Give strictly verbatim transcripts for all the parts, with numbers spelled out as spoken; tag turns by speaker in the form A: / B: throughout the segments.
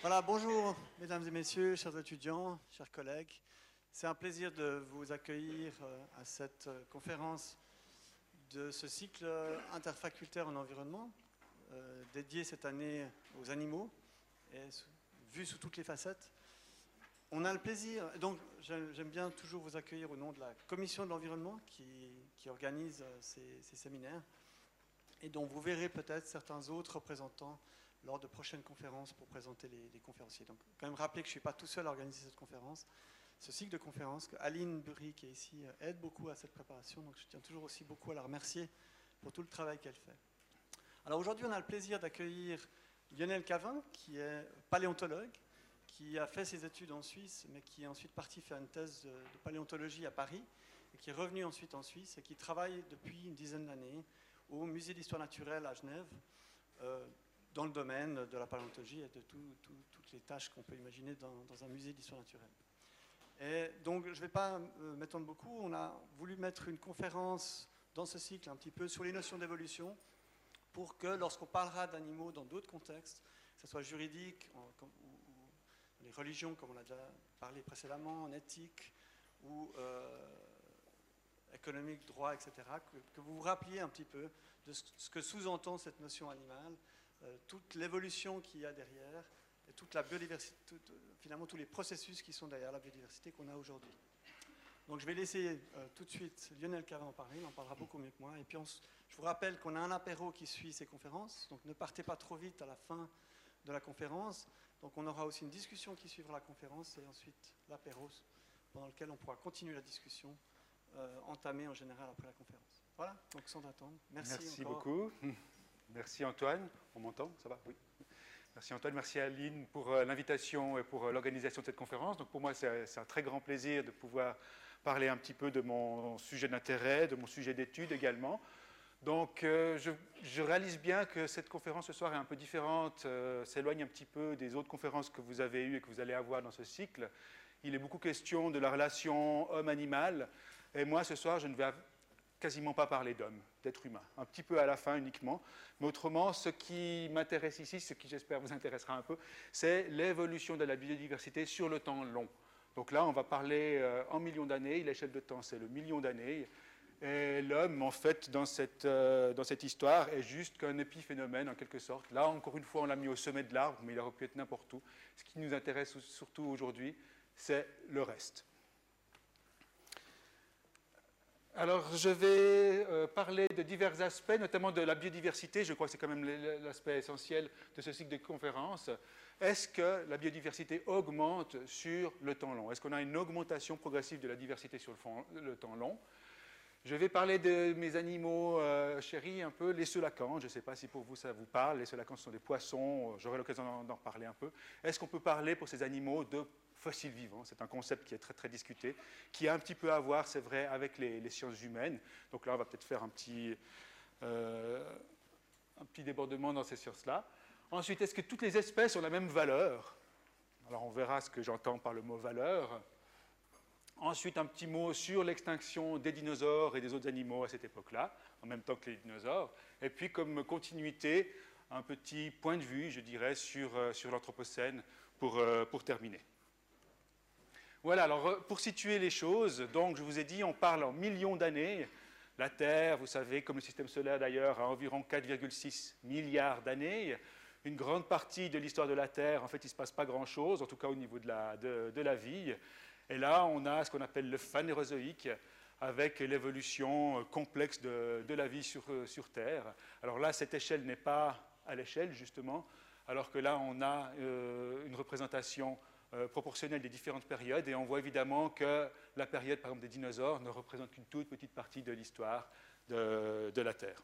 A: Voilà, bonjour mesdames et messieurs, chers étudiants, chers collègues. C'est un plaisir de vous accueillir à cette conférence de ce cycle interfacultaire en environnement, euh, dédié cette année aux animaux, et vu sous toutes les facettes. On a le plaisir, donc j'aime bien toujours vous accueillir au nom de la Commission de l'environnement qui, qui organise ces, ces séminaires, et dont vous verrez peut-être certains autres représentants lors de prochaines conférences pour présenter les, les conférenciers. Donc, quand même rappeler que je ne suis pas tout seul à organiser cette conférence, ce cycle de conférences, que Aline Burry, qui est ici, aide beaucoup à cette préparation. Donc, je tiens toujours aussi beaucoup à la remercier pour tout le travail qu'elle fait. Alors, aujourd'hui, on a le plaisir d'accueillir Lionel Cavin, qui est paléontologue, qui a fait ses études en Suisse, mais qui est ensuite parti faire une thèse de, de paléontologie à Paris, et qui est revenu ensuite en Suisse, et qui travaille depuis une dizaine d'années au Musée d'histoire naturelle à Genève, euh, dans le domaine de la paléontologie et de tout, tout, toutes les tâches qu'on peut imaginer dans, dans un musée d'histoire naturelle. Et donc, je ne vais pas m'étendre beaucoup. On a voulu mettre une conférence dans ce cycle un petit peu sur les notions d'évolution pour que, lorsqu'on parlera d'animaux dans d'autres contextes, que ce soit juridique, en, ou, ou les religions, comme on a déjà parlé précédemment, en éthique, ou euh, économique, droit, et cetera, que, que vous vous rappeliez un petit peu de ce, ce que sous-entend cette notion animale, Euh, toute l'évolution qu'il y a derrière et toute la biodiversité, tout, finalement tous les processus qui sont derrière la biodiversité qu'on a aujourd'hui. Donc je vais laisser euh, tout de suite Lionel Cavin en parler, il en parlera beaucoup mieux que moi. Et puis on, je vous rappelle qu'on a un apéro qui suit ces conférences, donc ne partez pas trop vite à la fin de la conférence. Donc on aura aussi une discussion qui suivra la conférence et ensuite l'apéro pendant lequel on pourra continuer la discussion euh, entamée en général après la conférence. Voilà, donc sans attendre, merci,
B: merci
A: encore.
B: beaucoup. Merci Antoine. On m'entend? Ça va? Oui. Merci Antoine, merci Aline pour euh, l'invitation et pour euh, l'organisation de cette conférence. Donc pour moi, c'est un très grand plaisir de pouvoir parler un petit peu de mon sujet d'intérêt, de mon sujet d'étude également. Donc euh, je, je réalise bien que cette conférence ce soir est un peu différente, euh, s'éloigne un petit peu des autres conférences que vous avez eues et que vous allez avoir dans ce cycle. Il est beaucoup question de la relation homme-animal. Et moi, ce soir, je ne vais quasiment pas parler d'hommes, d'êtres humains, un petit peu à la fin uniquement. Mais autrement, ce qui m'intéresse ici, ce qui j'espère vous intéressera un peu, c'est l'évolution de la biodiversité sur le temps long. Donc là, on va parler euh, en millions d'années, l'échelle de temps, c'est le million d'années. Et l'homme, en fait, dans cette, euh, dans cette histoire, est juste qu'un épiphénomène, en quelque sorte. Là, encore une fois, on l'a mis au sommet de l'arbre, mais il aurait pu être n'importe où. Ce qui nous intéresse surtout aujourd'hui, c'est le reste. Alors, je vais euh, parler de divers aspects, notamment de la biodiversité. Je crois que c'est quand même l'aspect essentiel de ce cycle de conférences. Est-ce que la biodiversité augmente sur le temps long? Est-ce qu'on a une augmentation progressive de la diversité sur le, fond, le temps long? Je vais parler de mes animaux euh, chéris, un peu, les selacanths. Je ne sais pas si pour vous ça vous parle. Les selacanths sont des poissons. J'aurai l'occasion d'en parler un peu. Est-ce qu'on peut parler pour ces animaux de fossiles vivants? C'est un concept qui est très, très discuté, qui a un petit peu à voir, c'est vrai, avec les, les sciences humaines. Donc là, on va peut-être faire un petit, euh, un petit débordement dans ces sciences-là. Ensuite, est-ce que toutes les espèces ont la même valeur? Alors, on verra ce que j'entends par le mot « valeur ». Ensuite, un petit mot sur l'extinction des dinosaures et des autres animaux à cette époque-là, en même temps que les dinosaures. Et puis, comme continuité, un petit point de vue, je dirais, sur, sur l'Anthropocène pour, pour terminer. Voilà, alors pour situer les choses, donc je vous ai dit, on parle en millions d'années. La Terre, vous savez, comme le système solaire d'ailleurs, a environ quatre virgule six milliards d'années. Une grande partie de l'histoire de la Terre, en fait, il ne se passe pas grand-chose, en tout cas au niveau de la, de, de la vie. Et là, on a ce qu'on appelle le Phanérozoïque, avec l'évolution complexe de, de la vie sur, sur Terre. Alors là, cette échelle n'est pas à l'échelle, justement, alors que là, on a euh, une représentation euh, proportionnelle des différentes périodes, et on voit évidemment que la période, par exemple, des dinosaures ne représente qu'une toute petite partie de l'histoire de, de la Terre.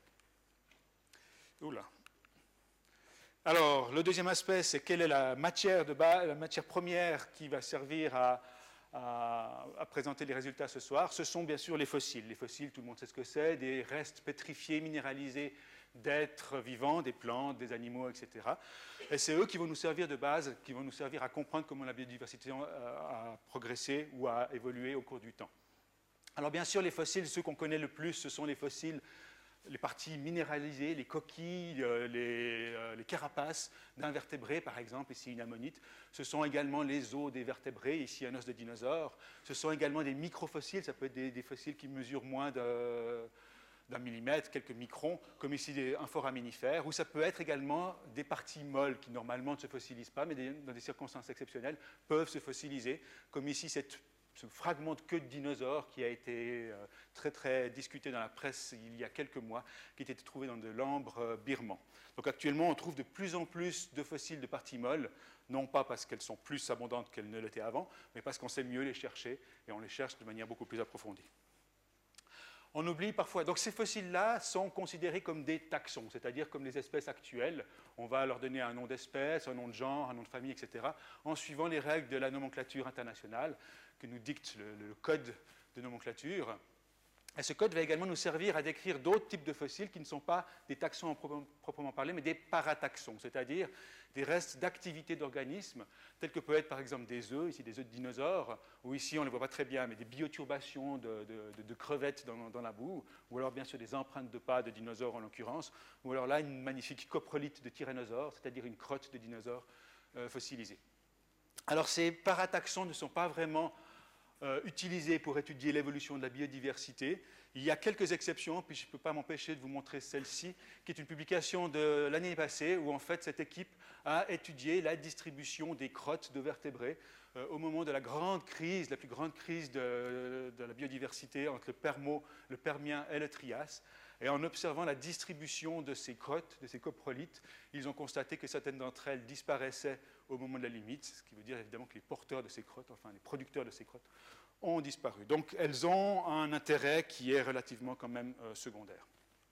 B: Oula. Alors, le deuxième aspect, c'est quelle est la matière, de base, la matière première qui va servir à, à, à présenter les résultats ce soir. Ce sont bien sûr les fossiles. Les fossiles, tout le monde sait ce que c'est, des restes pétrifiés, minéralisés d'êtres vivants, des plantes, des animaux, et cetera. Et c'est eux qui vont nous servir de base, qui vont nous servir à comprendre comment la biodiversité a, a progressé ou a évolué au cours du temps. Alors bien sûr, les fossiles, ceux qu'on connaît le plus, ce sont les fossiles les parties minéralisées, les coquilles, euh, les, euh, les carapaces d'invertébrés, par exemple, ici une ammonite. Ce sont également les os des vertébrés, ici un os de dinosaure. Ce sont également des microfossiles, ça peut être des, des fossiles qui mesurent moins de, d'un millimètre, quelques microns, comme ici des, un foraminifère, ou ça peut être également des parties molles qui normalement ne se fossilisent pas, mais des, dans des circonstances exceptionnelles peuvent se fossiliser, comme ici cette ce fragment de queue de dinosaure qui a été euh, très très discuté dans la presse il y a quelques mois, qui a été trouvé dans de l'ambre euh, birman. Donc actuellement, on trouve de plus en plus de fossiles de parties molles, non pas parce qu'elles sont plus abondantes qu'elles ne l'étaient avant, mais parce qu'on sait mieux les chercher, et on les cherche de manière beaucoup plus approfondie. On oublie parfois, donc ces fossiles-là sont considérés comme des taxons, c'est-à-dire comme les espèces actuelles. On va leur donner un nom d'espèce, un nom de genre, un nom de famille, et cetera, en suivant les règles de la nomenclature internationale que nous dicte le, le code de nomenclature. Et ce code va également nous servir à décrire d'autres types de fossiles qui ne sont pas des taxons en proprement parler, mais des parataxons, c'est-à-dire des restes d'activité d'organismes, tels que peuvent être par exemple des œufs, ici des œufs de dinosaures, ou ici on ne les voit pas très bien, mais des bioturbations de, de, de, de crevettes dans, dans la boue, ou alors bien sûr des empreintes de pas de dinosaures en l'occurrence, ou alors là une magnifique coprolite de tyrannosaure, c'est-à-dire une crotte de dinosaure euh, fossilisée. Alors ces parataxons ne sont pas vraiment Euh, utilisés pour étudier l'évolution de la biodiversité. Il y a quelques exceptions, puis je ne peux pas m'empêcher de vous montrer celle-ci, qui est une publication de l'année passée, où en fait cette équipe a étudié la distribution des crottes de vertébrés euh, au moment de la grande crise, la plus grande crise de, de la biodiversité entre le, Permo, le Permien et le Trias. Et en observant la distribution de ces crottes, de ces coprolites, ils ont constaté que certaines d'entre elles disparaissaient au moment de la limite, ce qui veut dire évidemment que les porteurs de ces crottes, enfin les producteurs de ces crottes, ont disparu. Donc elles ont un intérêt qui est relativement quand même euh, secondaire.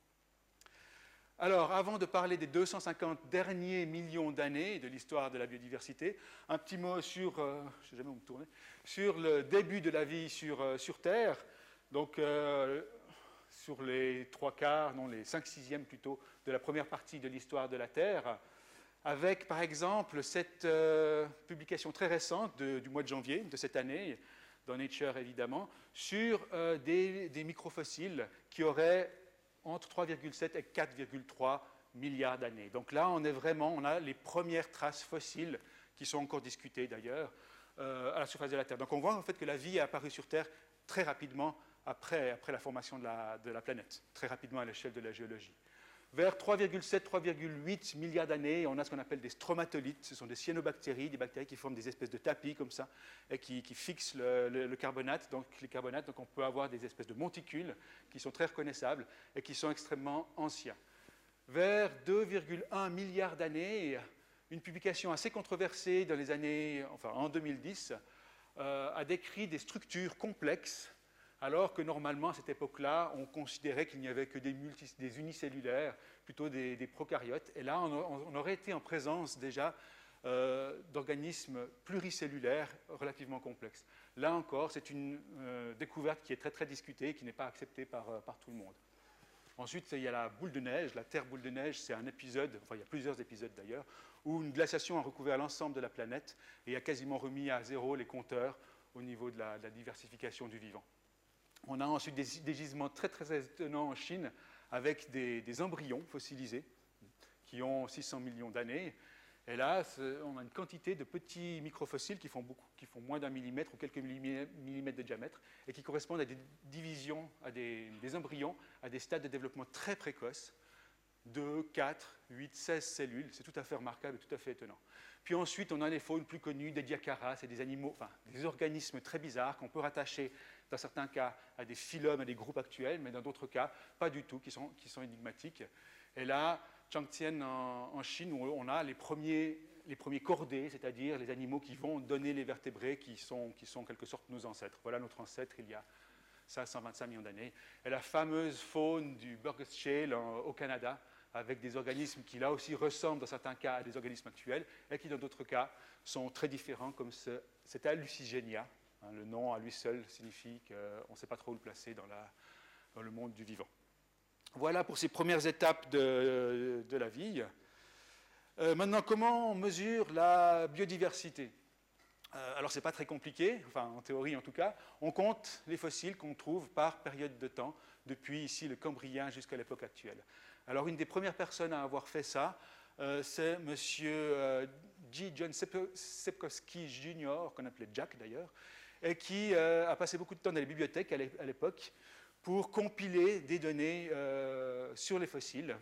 B: Alors, avant de parler des deux cent cinquante derniers millions d'années de l'histoire de la biodiversité, un petit mot sur, euh, je sais jamais où me tourner, sur le début de la vie sur, euh, sur Terre. Donc, euh, sur les trois quarts, non, les cinq sixièmes plutôt, de la première partie de l'histoire de la Terre, avec par exemple cette euh, publication très récente de, du mois de janvier de cette année, dans Nature évidemment, sur euh, des, des microfossiles qui auraient entre trois virgule sept et quatre virgule trois milliards d'années. Donc là, on est vraiment, on a les premières traces fossiles qui sont encore discutées d'ailleurs euh, à la surface de la Terre. Donc on voit en fait que la vie est apparue sur Terre très rapidement après, après la formation de la, de la planète, très rapidement à l'échelle de la géologie. Vers trois virgule sept à trois virgule huit milliards d'années, on a ce qu'on appelle des stromatolites. Ce sont des cyanobactéries, des bactéries qui forment des espèces de tapis comme ça, et qui, qui fixent le, le, le carbonate. Donc, les carbonates, donc on peut avoir des espèces de monticules qui sont très reconnaissables et qui sont extrêmement anciens. Vers deux virgule un milliards d'années, une publication assez controversée dans les années, enfin en deux mille dix, euh, a décrit des structures complexes, alors que normalement, à cette époque-là, on considérait qu'il n'y avait que des, multi, des unicellulaires, plutôt des, des prokaryotes. Et là, on, on aurait été en présence déjà euh, d'organismes pluricellulaires relativement complexes. Là encore, c'est une euh, découverte qui est très, très discutée, qui n'est pas acceptée par, euh, par tout le monde. Ensuite, il y a la boule de neige. La Terre boule de neige, c'est un épisode, enfin il y a plusieurs épisodes d'ailleurs, où une glaciation a recouvert l'ensemble de la planète et a quasiment remis à zéro les compteurs au niveau de la, de la diversification du vivant. On a ensuite des, des gisements très très étonnants en Chine avec des, des embryons fossilisés qui ont six cents millions d'années. Et là, on a une quantité de petits microfossiles qui font, beaucoup, qui font moins d'un millimètre ou quelques millimètres de diamètre et qui correspondent à des divisions, à des, des embryons, à des stades de développement très précoces, deux, quatre, huit, seize cellules. C'est tout à fait remarquable et tout à fait étonnant. Puis ensuite, on a les faunes plus connues, des diacaras, c'est des animaux, enfin des organismes très bizarres qu'on peut rattacher dans certains cas à des phylums, à des groupes actuels, mais dans d'autres cas, pas du tout, qui sont, qui sont énigmatiques. Et là, Changtian en, en Chine, où on a les premiers, les premiers cordés, c'est-à-dire les animaux qui vont donner les vertébrés, qui sont, qui sont en quelque sorte nos ancêtres. Voilà notre ancêtre il y a ça, cent vingt-cinq millions d'années. Et la fameuse faune du Burgess Shale en, au Canada, avec des organismes qui, là aussi, ressemblent dans certains cas à des organismes actuels, et qui, dans d'autres cas, sont très différents, comme ce, cet Hallucigenia. Hein, le nom, à lui seul, signifie qu'on ne sait pas trop où le placer dans, la, dans le monde du vivant. Voilà pour ces premières étapes de, de la vie. Euh, maintenant, comment on mesure la biodiversité? Euh, alors, ce n'est pas très compliqué, enfin, en théorie en tout cas. On compte les fossiles qu'on trouve par période de temps, depuis ici le Cambrien jusqu'à l'époque actuelle. Alors, une des premières personnes à avoir fait ça, euh, c'est M. Euh, G. John Sepkoski junior, qu'on appelait Jack d'ailleurs, et qui euh, a passé beaucoup de temps dans les bibliothèques à l'époque pour compiler des données euh, sur les fossiles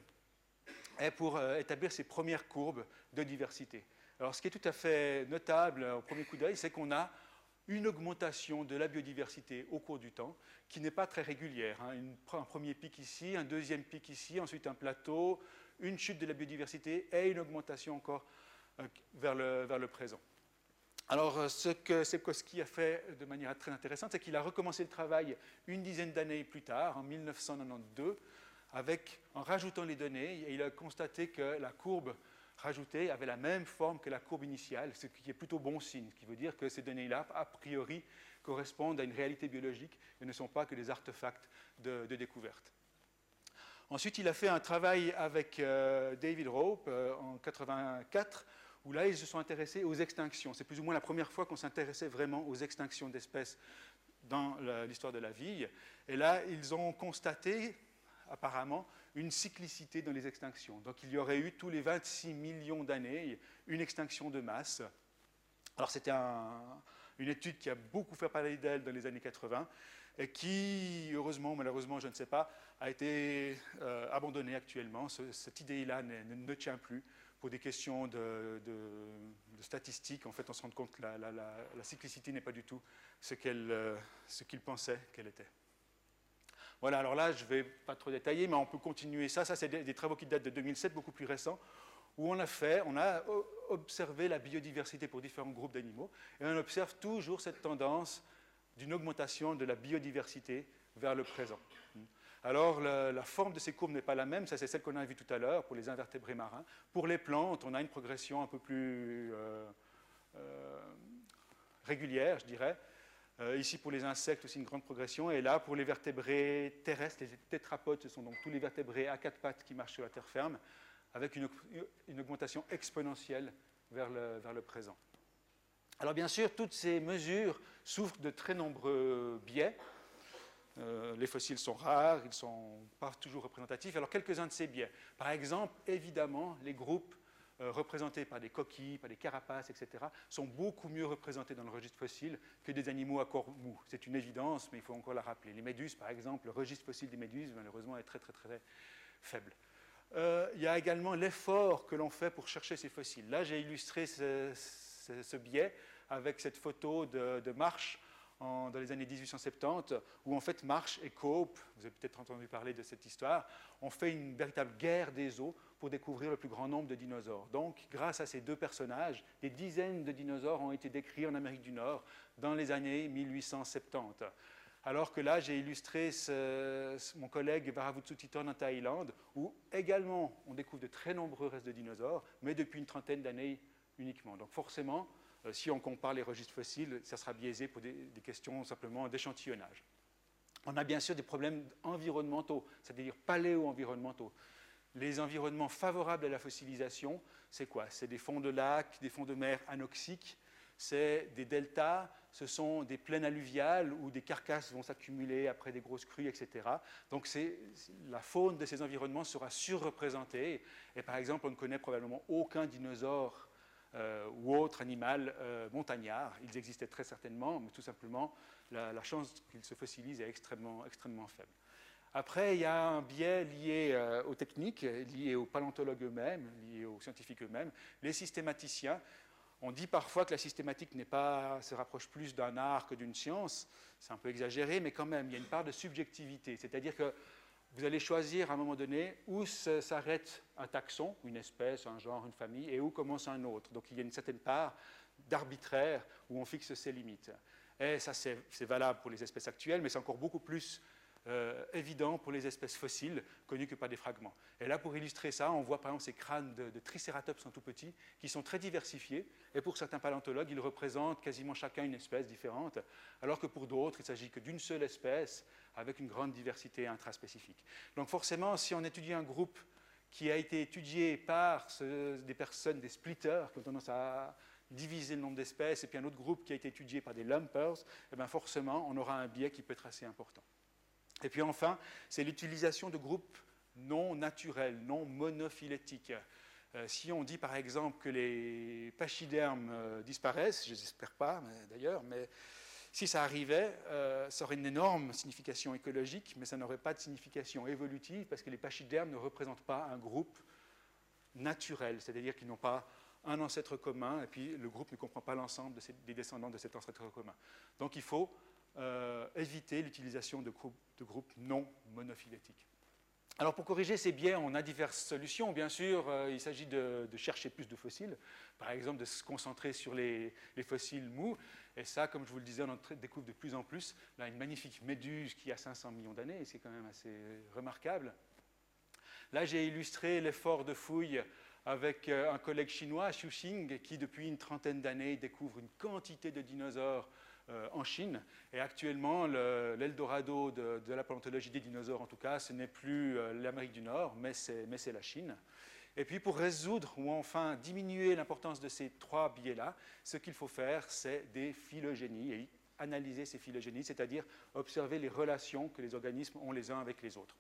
B: et pour euh, établir ses premières courbes de diversité. Alors, ce qui est tout à fait notable au premier coup d'œil, c'est qu'on a une augmentation de la biodiversité au cours du temps qui n'est pas très régulière. Hein. Une, un premier pic ici, un deuxième pic ici, ensuite un plateau, une chute de la biodiversité et une augmentation encore euh, vers, le, vers le présent. Alors, ce que Sepkoski a fait de manière très intéressante, c'est qu'il a recommencé le travail une dizaine d'années plus tard, en mille neuf cent quatre-vingt-douze, avec, en rajoutant les données, et il a constaté que la courbe rajoutée avait la même forme que la courbe initiale, ce qui est plutôt bon signe, ce qui veut dire que ces données-là, a priori, correspondent à une réalité biologique et ne sont pas que des artefacts de, de découverte. Ensuite, il a fait un travail avec euh, David Rope euh, en mille neuf cent quatre-vingt-quatre, où là, ils se sont intéressés aux extinctions. C'est plus ou moins la première fois qu'on s'intéressait vraiment aux extinctions d'espèces dans l'histoire de la vie. Et là, ils ont constaté, apparemment, une cyclicité dans les extinctions. Donc, il y aurait eu tous les vingt-six millions d'années une extinction de masse. Alors, c'était un, une étude qui a beaucoup fait parler d'elle dans les années quatre-vingt et qui, heureusement ou malheureusement, je ne sais pas, a été euh, abandonnée actuellement. Ce, cette idée-là ne, ne tient plus. Pour des questions de, de, de statistiques, en fait, on se rend compte que la, la, la, la cyclicité n'est pas du tout ce qu'elle, euh, ce qu'il pensait qu'elle était. Voilà, alors là, je ne vais pas trop détailler, mais on peut continuer ça. Ça, c'est des, des travaux qui datent de deux mille sept, beaucoup plus récents, où on a fait, on a observé la biodiversité pour différents groupes d'animaux, et on observe toujours cette tendance d'une augmentation de la biodiversité vers le présent. Alors, la, la forme de ces courbes n'est pas la même, ça c'est celle qu'on a vue tout à l'heure pour les invertébrés marins. Pour les plantes, on a une progression un peu plus euh, euh, régulière, je dirais. Euh, ici, pour les insectes, aussi une grande progression. Et là, pour les vertébrés terrestres, les tétrapodes, ce sont donc tous les vertébrés à quatre pattes qui marchent sur la terre ferme, avec une, une augmentation exponentielle vers le, vers le présent. Alors, bien sûr, toutes ces mesures souffrent de très nombreux biais. Euh, les fossiles sont rares, ils ne sont pas toujours représentatifs. Alors, quelques-uns de ces biais. Par exemple, évidemment, les groupes euh, représentés par des coquilles, par des carapaces, et cetera, sont beaucoup mieux représentés dans le registre fossile que des animaux à corps mou. C'est une évidence, mais il faut encore la rappeler. Les méduses, par exemple, le registre fossile des méduses, malheureusement, est très, très, très faible. Euh, il y a également l'effort que l'on fait pour chercher ces fossiles. Là, j'ai illustré ce, ce, ce biais avec cette photo de, de Marsh En, dans les années mille huit cent soixante-dix, où en fait Marsh et Cope, vous avez peut-être entendu parler de cette histoire, ont fait une véritable guerre des eaux pour découvrir le plus grand nombre de dinosaures. Donc, grâce à ces deux personnages, des dizaines de dinosaures ont été décrits en Amérique du Nord dans les années mille huit cent soixante-dix. Alors que là, j'ai illustré ce, ce, mon collègue Varavutsuchiton en Thaïlande, où également on découvre de très nombreux restes de dinosaures, mais depuis une trentaine d'années uniquement. Donc forcément, si on compare les registres fossiles, ça sera biaisé pour des, des questions simplement d'échantillonnage. On a bien sûr des problèmes environnementaux, c'est-à-dire paléo-environnementaux. Les environnements favorables à la fossilisation, c'est quoi? C'est des fonds de lacs, des fonds de mer anoxiques, c'est des deltas, ce sont des plaines alluviales où des carcasses vont s'accumuler après des grosses crues, et cetera. Donc c'est, la faune de ces environnements sera surreprésentée. Et par exemple, on ne connaît probablement aucun dinosaure Euh, ou autre animal euh, montagnard. Ils existaient très certainement, mais tout simplement, la, la chance qu'ils se fossilisent est extrêmement, extrêmement faible. Après, il y a un biais lié euh, aux techniques, lié aux paléontologues eux-mêmes, lié aux scientifiques eux-mêmes. Les systématiciens, on dit parfois que la systématique n'est pas, se rapproche plus d'un art que d'une science. C'est un peu exagéré, mais quand même, il y a une part de subjectivité. C'est-à-dire que vous allez choisir à un moment donné où s'arrête un taxon, une espèce, un genre, une famille, et où commence un autre. Donc il y a une certaine part d'arbitraire où on fixe ses limites. Et ça, c'est valable pour les espèces actuelles, mais c'est encore beaucoup plus euh, évident pour les espèces fossiles, connues que par des fragments. Et là, pour illustrer ça, on voit par exemple ces crânes de, de tricératops en tout petit, qui sont très diversifiés, et pour certains paléontologues, ils représentent quasiment chacun une espèce différente, alors que pour d'autres, il ne s'agit que d'une seule espèce, avec une grande diversité intraspécifique. Donc forcément, si on étudie un groupe qui a été étudié par ce, des personnes, des splitters, qui ont tendance à diviser le nombre d'espèces, et puis un autre groupe qui a été étudié par des lumpers, et bien forcément, on aura un biais qui peut être assez important. Et puis enfin, c'est l'utilisation de groupes non naturels, non monophylétiques. Euh, si on dit par exemple que les pachydermes euh, disparaissent, je n'espère pas d'ailleurs, mais si ça arrivait, euh, ça aurait une énorme signification écologique, mais ça n'aurait pas de signification évolutive parce que les pachydermes ne représentent pas un groupe naturel, c'est-à-dire qu'ils n'ont pas un ancêtre commun et puis le groupe ne comprend pas l'ensemble de ces, des descendants de cet ancêtre commun. Donc il faut euh, éviter l'utilisation de groupes, de groupes non monophylétiques. Alors pour corriger ces biais, on a diverses solutions. Bien sûr, euh, il s'agit de, de chercher plus de fossiles, par exemple de se concentrer sur les, les fossiles mous. Et ça, comme je vous le disais, on en découvre de plus en plus. Là, une magnifique méduse qui a cinq cents millions d'années, c'est quand même assez remarquable. Là, j'ai illustré l'effort de fouille avec un collègue chinois, Xu Xing, qui depuis une trentaine d'années découvre une quantité de dinosaures Euh, en Chine. Et actuellement, l'Eldorado de, de la paléontologie des dinosaures, en tout cas, ce n'est plus euh, l'Amérique du Nord, mais c'est la Chine. Et puis, pour résoudre ou enfin diminuer l'importance de ces trois biais-là, ce qu'il faut faire, c'est des phylogénies, et analyser ces phylogénies, c'est-à-dire observer les relations que les organismes ont les uns avec les autres.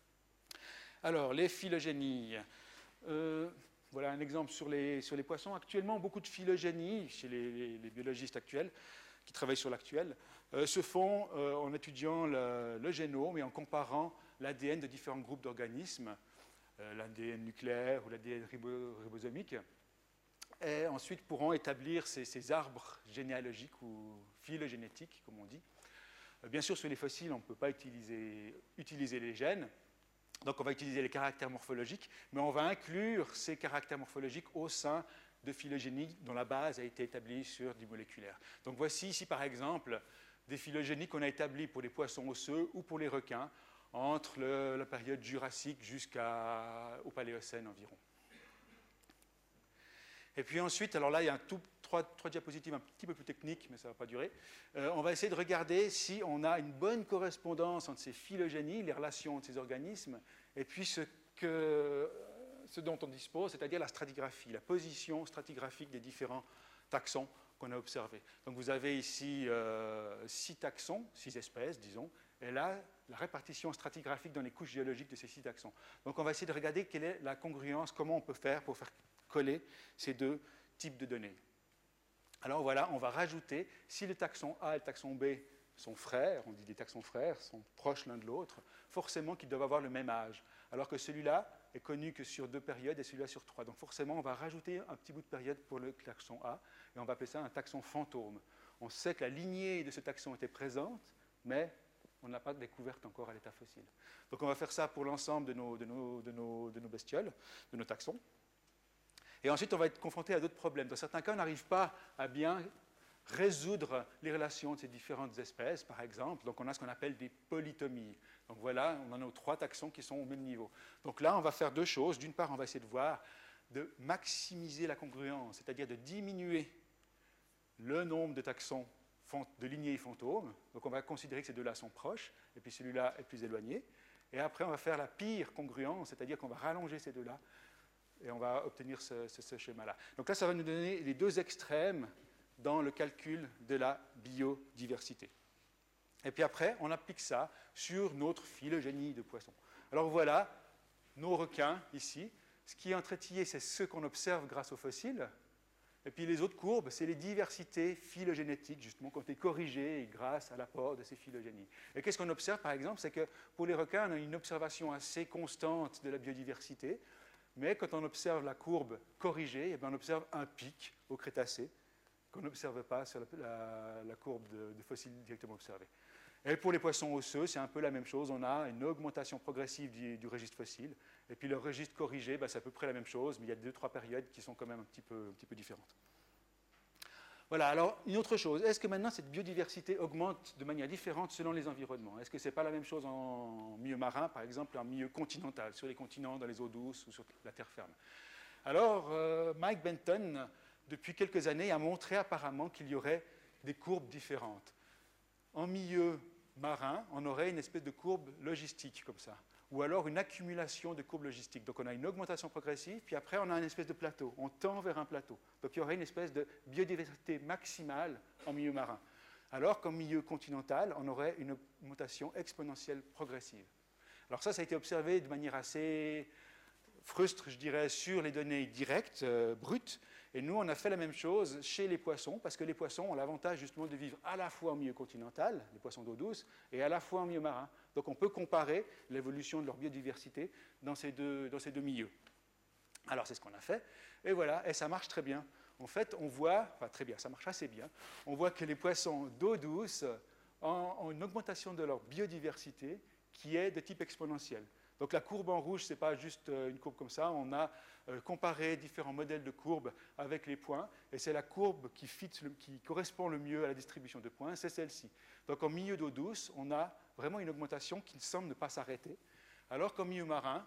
B: Alors, les phylogénies. Euh, voilà un exemple sur les, sur les poissons. Actuellement, beaucoup de phylogénies chez les, les, les biologistes actuels qui travaillent sur l'actuel, euh, se font euh, en étudiant le, le génome et en comparant l'A D N de différents groupes d'organismes, euh, l'A D N nucléaire ou l'A D N ribo ribosomique, et ensuite pourront établir ces, ces arbres généalogiques ou phylogénétiques, comme on dit. Euh, bien sûr, sur les fossiles, on ne peut pas utiliser, utiliser les gènes, donc on va utiliser les caractères morphologiques, mais on va inclure ces caractères morphologiques au sein de phylogénie dont la base a été établie sur du moléculaire. Donc voici ici par exemple des phylogénies qu'on a établies pour les poissons osseux ou pour les requins entre le, la période jurassique jusqu'au Paléocène environ. Et puis ensuite, alors là il y a un tout, trois, trois diapositives un petit peu plus techniques, mais ça ne va pas durer. Euh, on va essayer de regarder si on a une bonne correspondance entre ces phylogénies, les relations entre ces organismes, et puis ce que... ce dont on dispose, c'est-à-dire la stratigraphie, la position stratigraphique des différents taxons qu'on a observés. Donc vous avez ici euh, six taxons, six espèces, disons, et là, la répartition stratigraphique dans les couches géologiques de ces six taxons. Donc on va essayer de regarder quelle est la congruence, comment on peut faire pour faire coller ces deux types de données. Alors voilà, on va rajouter, si le taxon A et le taxon B sont frères, on dit des taxons frères, sont proches l'un de l'autre, forcément qu'ils doivent avoir le même âge, alors que celui-là est connu que sur deux périodes et celui-là sur trois. Donc forcément, on va rajouter un petit bout de période pour le taxon A, et on va appeler ça un taxon fantôme. On sait que la lignée de ce taxon était présente, mais on n'a pas découverte encore à l'état fossile. Donc on va faire ça pour l'ensemble de nos, de, nos, de, nos, de nos bestioles, de nos taxons. Et ensuite, on va être confronté à d'autres problèmes. Dans certains cas, on n'arrive pas à bien résoudre les relations de ces différentes espèces, par exemple. Donc on a ce qu'on appelle des polytomies. Donc voilà, on en a trois taxons qui sont au même niveau. Donc là, on va faire deux choses. D'une part, on va essayer de voir, de maximiser la congruence, c'est-à-dire de diminuer le nombre de taxons de lignées fantômes. Donc on va considérer que ces deux-là sont proches, et puis celui-là est plus éloigné. Et après, on va faire la pire congruence, c'est-à-dire qu'on va rallonger ces deux-là, et on va obtenir ce, ce, ce schéma-là. Donc là, ça va nous donner les deux extrêmes dans le calcul de la biodiversité. Et puis après, on applique ça sur notre phylogénie de poissons. Alors voilà, nos requins ici. Ce qui est entretillé, c'est ce qu'on observe grâce aux fossiles. Et puis les autres courbes, c'est les diversités phylogénétiques, justement, qui ont été corrigées grâce à l'apport de ces phylogénies. Et qu'est-ce qu'on observe, par exemple, c'est que pour les requins, on a une observation assez constante de la biodiversité, mais quand on observe la courbe corrigée, eh bien, on observe un pic au Crétacé, qu'on n'observe pas sur la, la, la courbe de, de fossiles directement observés. Et pour les poissons osseux, c'est un peu la même chose. On a une augmentation progressive du, du registre fossile. Et puis le registre corrigé, ben, c'est à peu près la même chose, mais il y a deux, trois périodes qui sont quand même un petit peu, un petit peu différentes. Voilà, alors une autre chose, est-ce que maintenant cette biodiversité augmente de manière différente selon les environnements? Est-ce que ce n'est pas la même chose en milieu marin, par exemple, en milieu continental, sur les continents, dans les eaux douces ou sur la terre ferme? Alors, euh, Mike Benton, depuis quelques années, a montré apparemment qu'il y aurait des courbes différentes. En milieu marin, on aurait une espèce de courbe logistique comme ça, ou alors une accumulation de courbes logistiques. Donc on a une augmentation progressive, puis après on a une espèce de plateau, on tend vers un plateau. Donc il y aurait une espèce de biodiversité maximale en milieu marin. Alors qu'en milieu continental, on aurait une augmentation exponentielle progressive. Alors ça, ça a été observé de manière assez frustre, je dirais, sur les données directes, euh, brutes. Et nous, on a fait la même chose chez les poissons, parce que les poissons ont l'avantage justement de vivre à la fois en milieu continental, les poissons d'eau douce, et à la fois en milieu marin. Donc on peut comparer l'évolution de leur biodiversité dans ces deux, dans ces deux milieux. Alors c'est ce qu'on a fait, et voilà, et ça marche très bien. En fait, on voit, enfin très bien, ça marche assez bien, on voit que les poissons d'eau douce ont, ont une augmentation de leur biodiversité qui est de type exponentiel. Donc la courbe en rouge, ce n'est pas juste une courbe comme ça, on a euh, comparé différents modèles de courbes avec les points, et c'est la courbe qui, fit le, qui correspond le mieux à la distribution de points, c'est celle-ci. Donc en milieu d'eau douce, on a vraiment une augmentation qui semble ne pas s'arrêter, alors qu'en milieu marin,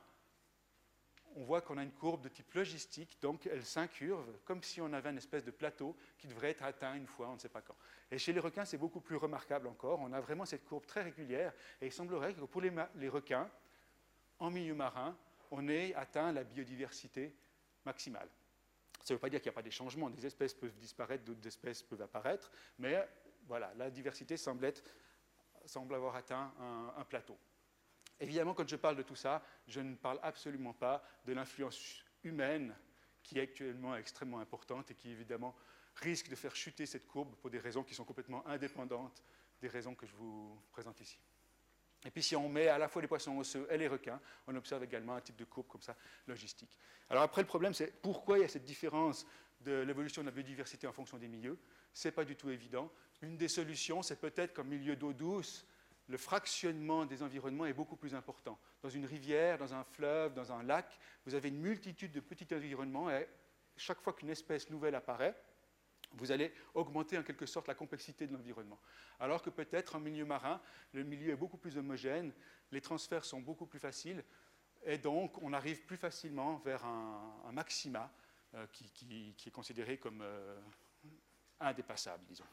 B: on voit qu'on a une courbe de type logistique, donc elle s'incurve, comme si on avait une espèce de plateau qui devrait être atteint une fois, on ne sait pas quand. Et chez les requins, c'est beaucoup plus remarquable encore, on a vraiment cette courbe très régulière, et il semblerait que pour les, les requins, en milieu marin, on ait atteint la biodiversité maximale. Ça ne veut pas dire qu'il n'y a pas des changements, des espèces peuvent disparaître, d'autres espèces peuvent apparaître, mais voilà, la diversité semble, être, semble avoir atteint un, un plateau. Évidemment, quand je parle de tout ça, je ne parle absolument pas de l'influence humaine qui est actuellement extrêmement importante et qui, évidemment, risque de faire chuter cette courbe pour des raisons qui sont complètement indépendantes des raisons que je vous présente ici. Et puis si on met à la fois les poissons osseux et les requins, on observe également un type de courbe comme ça, logistique. Alors après, le problème, c'est pourquoi il y a cette différence de l'évolution de la biodiversité en fonction des milieux. Ce n'est pas du tout évident. Une des solutions, c'est peut-être qu'en milieu d'eau douce, le fractionnement des environnements est beaucoup plus important. Dans une rivière, dans un fleuve, dans un lac, vous avez une multitude de petits environnements et chaque fois qu'une espèce nouvelle apparaît, vous allez augmenter en quelque sorte la complexité de l'environnement. Alors que peut-être en milieu marin, le milieu est beaucoup plus homogène, les transferts sont beaucoup plus faciles, et donc on arrive plus facilement vers un, un maxima euh, qui, qui, qui est considéré comme euh, indépassable, disons.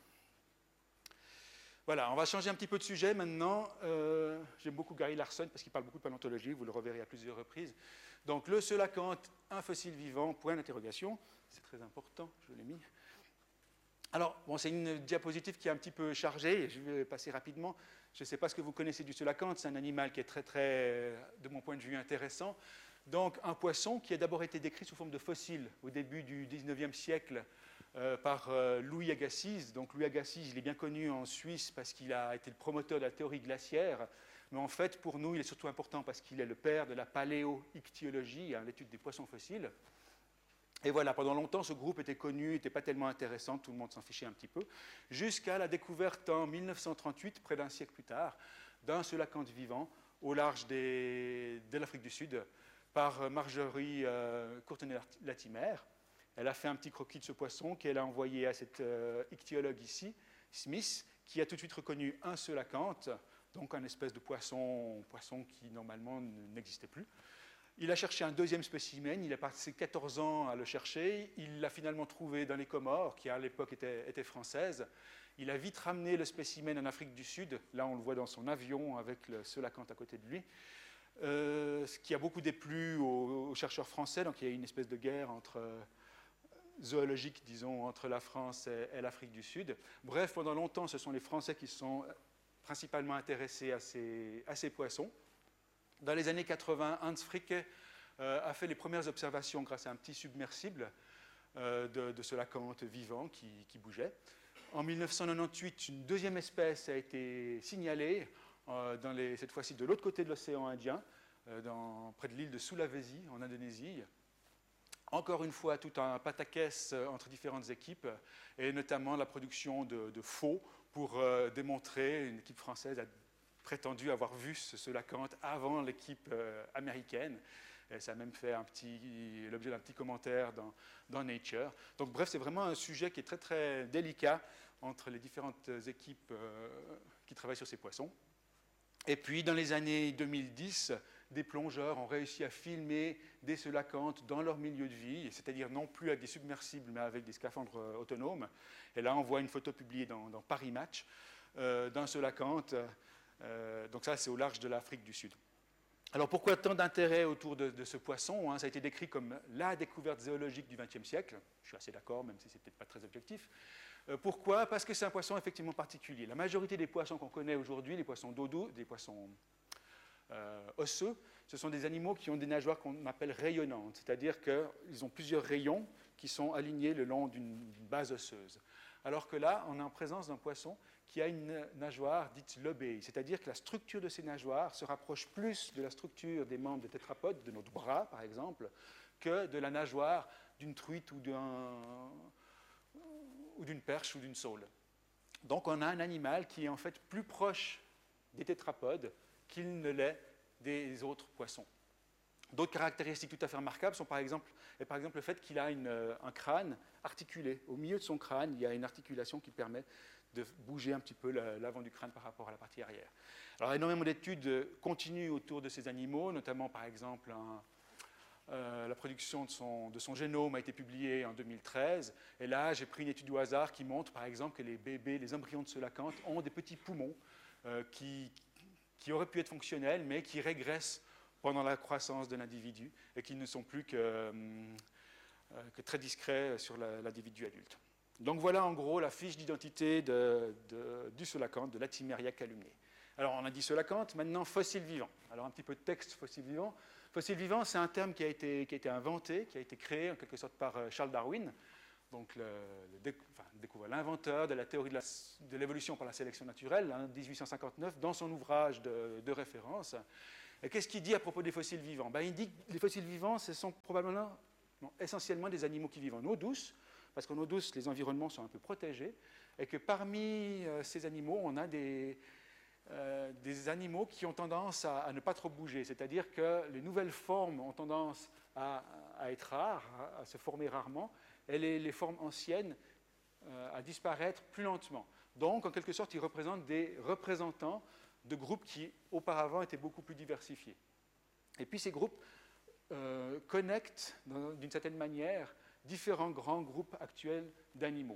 B: Voilà, on va changer un petit peu de sujet maintenant. Euh, J'aime beaucoup Gary Larson parce qu'il parle beaucoup de paléontologie, vous le reverrez à plusieurs reprises. Donc le coelacanth, un fossile vivant, point d'interrogation, c'est très important, je l'ai mis. Alors, bon, c'est une diapositive qui est un petit peu chargée, je vais passer rapidement. Je ne sais pas ce que vous connaissez du coelacanth, c'est un animal qui est très, très, de mon point de vue, intéressant. Donc, un poisson qui a d'abord été décrit sous forme de fossile au début du dix-neuvième siècle euh, par euh, Louis Agassiz. Donc, Louis Agassiz, il est bien connu en Suisse parce qu'il a été le promoteur de la théorie glaciaire. Mais en fait, pour nous, il est surtout important parce qu'il est le père de la paléoichtyologie, hein, l'étude des poissons fossiles. Et voilà, pendant longtemps, ce groupe était connu, n'était pas tellement intéressant, tout le monde s'en fichait un petit peu, jusqu'à la découverte en mille neuf cent trente-huit, près d'un siècle plus tard, d'un coelacanth vivant au large des, de l'Afrique du Sud, par Marjorie euh, Courtenay-Latimer. Elle a fait un petit croquis de ce poisson qu'elle a envoyé à cet euh, ichtyologue ici, Smith, qui a tout de suite reconnu un coelacanth, donc un espèce de poisson, poisson qui normalement n'existait plus. Il a cherché un deuxième spécimen, il a passé quatorze ans à le chercher, il l'a finalement trouvé dans les Comores, qui à l'époque étaient, étaient françaises. Il a vite ramené le spécimen en Afrique du Sud, là on le voit dans son avion avec le coelacanth à côté de lui, euh, ce qui a beaucoup déplu aux, aux chercheurs français, donc il y a eu une espèce de guerre entre, euh, zoologique, disons, entre la France et, et l'Afrique du Sud. Bref, pendant longtemps, ce sont les Français qui sont principalement intéressés à ces, à ces poissons. Dans les années quatre-vingts, Hans Fricke euh, a fait les premières observations grâce à un petit submersible euh, de, de coelacanth vivant qui, qui bougeait. En mille neuf cent quatre-vingt-dix-huit, une deuxième espèce a été signalée, euh, dans les, cette fois-ci de l'autre côté de l'océan Indien, euh, dans, près de l'île de Sulawesi, en Indonésie. Encore une fois, tout un pataquès entre différentes équipes, et notamment la production de, de faux pour euh, démontrer, une équipe française a prétendu avoir vu ce coelacanth avant l'équipe euh, américaine. Et ça a même fait l'objet d'un petit commentaire dans, dans Nature. Donc bref, c'est vraiment un sujet qui est très très délicat entre les différentes équipes euh, qui travaillent sur ces poissons. Et puis dans les années deux mille dix, des plongeurs ont réussi à filmer des coelacanths dans leur milieu de vie, c'est-à-dire non plus avec des submersibles, mais avec des scaphandres autonomes. Et là, on voit une photo publiée dans, dans Paris Match euh, d'un coelacanth. Euh, donc ça, c'est au large de l'Afrique du Sud. Alors pourquoi tant d'intérêt autour de, de ce poisson, hein? Ça a été décrit comme la découverte zoologique du vingtième siècle. Je suis assez d'accord, même si ce n'est peut-être pas très objectif. Euh, pourquoi? Parce que c'est un poisson effectivement particulier. La majorité des poissons qu'on connaît aujourd'hui, les poissons d'eau douce, des poissons euh, osseux, ce sont des animaux qui ont des nageoires qu'on appelle rayonnantes, c'est-à-dire qu'ils ont plusieurs rayons qui sont alignés le long d'une base osseuse. Alors que là, on est en présence d'un poisson qui a une nageoire dite lobée, c'est-à-dire que la structure de ces nageoires se rapproche plus de la structure des membres des tétrapodes, de notre bras par exemple, que de la nageoire d'une truite ou d'un, ou d'une perche ou d'une saule. Donc on a un animal qui est en fait plus proche des tétrapodes qu'il ne l'est des autres poissons. D'autres caractéristiques tout à fait remarquables sont par exemple, est par exemple le fait qu'il a une, un crâne articulé. Au milieu de son crâne, il y a une articulation qui permet de bouger un petit peu l'avant du crâne par rapport à la partie arrière. Alors, énormément d'études continuent autour de ces animaux, notamment par exemple un, euh, la production de son, de son génome a été publiée en deux mille treize. Et là, j'ai pris une étude au hasard qui montre par exemple que les bébés, les embryons de coélacanthe ont des petits poumons euh, qui, qui auraient pu être fonctionnels, mais qui régressent pendant la croissance de l'individu et qui ne sont plus que, euh, que très discrets sur l'individu adulte. Donc voilà en gros la fiche d'identité de, de, du coélacanthe, de l'Atimeria calumnée. Alors on a dit coélacanthe, maintenant fossile vivant. Alors un petit peu de texte fossile vivant. Fossile vivant, c'est un terme qui a, été, qui a été inventé, qui a été créé en quelque sorte par Charles Darwin, donc le, le enfin, l'inventeur de la théorie de l'évolution par la sélection naturelle, en dix-huit cent cinquante-neuf, dans son ouvrage de, de référence. Et qu'est-ce qu'il dit à propos des fossiles vivants? Ben, il dit que les fossiles vivants, ce sont probablement non, essentiellement des animaux qui vivent en eau douce, parce qu'en eau douce, les environnements sont un peu protégés, et que parmi euh, ces animaux, on a des, euh, des animaux qui ont tendance à, à ne pas trop bouger, c'est-à-dire que les nouvelles formes ont tendance à, à être rares, à, à se former rarement, et les, les formes anciennes euh, à disparaître plus lentement. Donc, en quelque sorte, ils représentent des représentants de groupes qui, auparavant, étaient beaucoup plus diversifiés. Et puis, ces groupes euh, connectent, d'une certaine manière, différents grands groupes actuels d'animaux.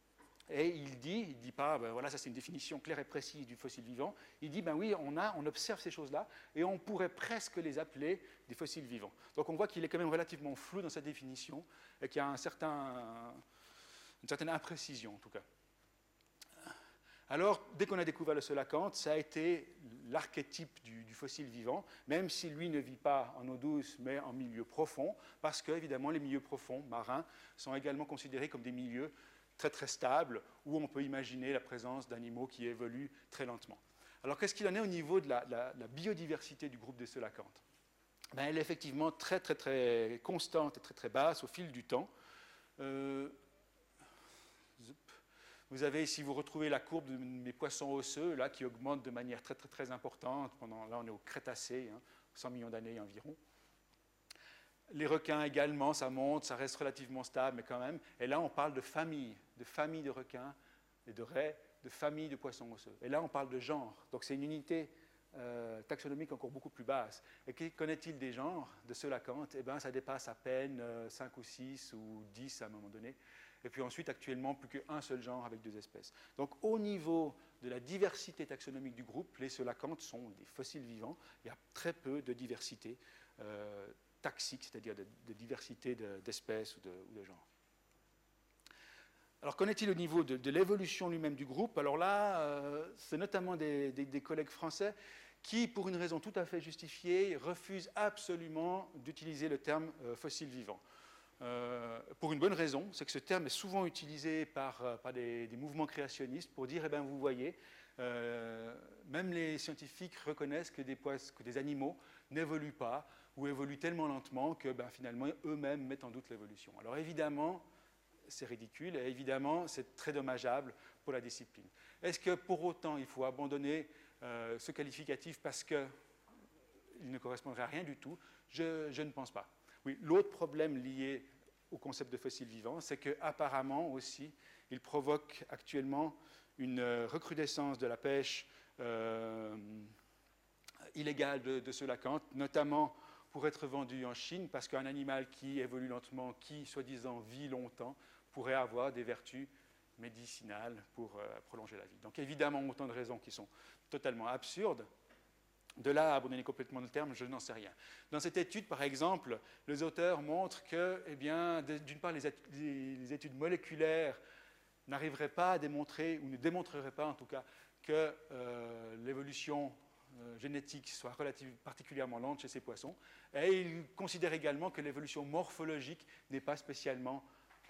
B: Et il dit, il ne dit pas, ben voilà, ça c'est une définition claire et précise du fossile vivant, il dit, ben oui, on, a, on observe ces choses-là, et on pourrait presque les appeler des fossiles vivants. Donc on voit qu'il est quand même relativement flou dans sa définition, et qu'il y a un certain, une certaine imprécision en tout cas. Alors, dès qu'on a découvert le coélacanthe, ça a été l'archétype du, du fossile vivant, même si lui ne vit pas en eau douce, mais en milieu profond, parce que, évidemment, les milieux profonds, marins, sont également considérés comme des milieux très, très stables, où on peut imaginer la présence d'animaux qui évoluent très lentement. Alors, qu'est-ce qu'il en est au niveau de la, la, la biodiversité du groupe des coélacanthes? Ben, elle est effectivement très, très, très constante et très, très basse au fil du temps. Euh, Vous avez ici, vous retrouvez la courbe de mes poissons osseux, là, qui augmente de manière très, très, très importante. Pendant, là, on est au Crétacé, hein, cent millions d'années environ. Les requins également, ça monte, ça reste relativement stable, mais quand même. Et là, on parle de famille, de famille de requins et de raies, de famille de poissons osseux. Et là, on parle de genre. Donc, c'est une unité euh, taxonomique encore beaucoup plus basse. Et qu'en-est-il des genres de coélacanthe? Eh bien, ça dépasse à peine euh, cinq ou six ou dix à un moment donné. Et puis ensuite, actuellement, plus qu'un seul genre avec deux espèces. Donc, au niveau de la diversité taxonomique du groupe, les coélacanthes sont des fossiles vivants. Il y a très peu de diversité euh, taxique, c'est-à-dire de, de diversité d'espèces ou de, ou de genres. Alors, qu'en est-il au niveau de, de l'évolution lui-même du groupe? Alors là, euh, c'est notamment des, des, des collègues français qui, pour une raison tout à fait justifiée, refusent absolument d'utiliser le terme euh, fossile vivant. Euh, pour une bonne raison, c'est que ce terme est souvent utilisé par, par des, des mouvements créationnistes pour dire, eh bien, vous voyez, euh, même les scientifiques reconnaissent que des, poissons, que des animaux n'évoluent pas ou évoluent tellement lentement que ben, finalement eux-mêmes mettent en doute l'évolution. Alors évidemment, c'est ridicule et évidemment, c'est très dommageable pour la discipline. Est-ce que pour autant, il faut abandonner euh, ce qualificatif parce qu'il ne correspondrait à rien du tout? je, je ne pense pas. Oui, l'autre problème lié au concept de fossile vivant, c'est qu'apparemment aussi, il provoque actuellement une recrudescence de la pêche euh, illégale de, de coélacanthe, notamment pour être vendu en Chine, parce qu'un animal qui évolue lentement, qui soi-disant vit longtemps, pourrait avoir des vertus médicinales pour euh, prolonger la vie. Donc évidemment, autant de raisons qui sont totalement absurdes. De là à abandonner complètement le terme, je n'en sais rien. Dans cette étude, par exemple, les auteurs montrent que, eh bien, d'une part, les études moléculaires n'arriveraient pas à démontrer, ou ne démontreraient pas en tout cas, que euh, l'évolution euh, génétique soit relative, particulièrement lente chez ces poissons. Et ils considèrent également que l'évolution morphologique n'est pas spécialement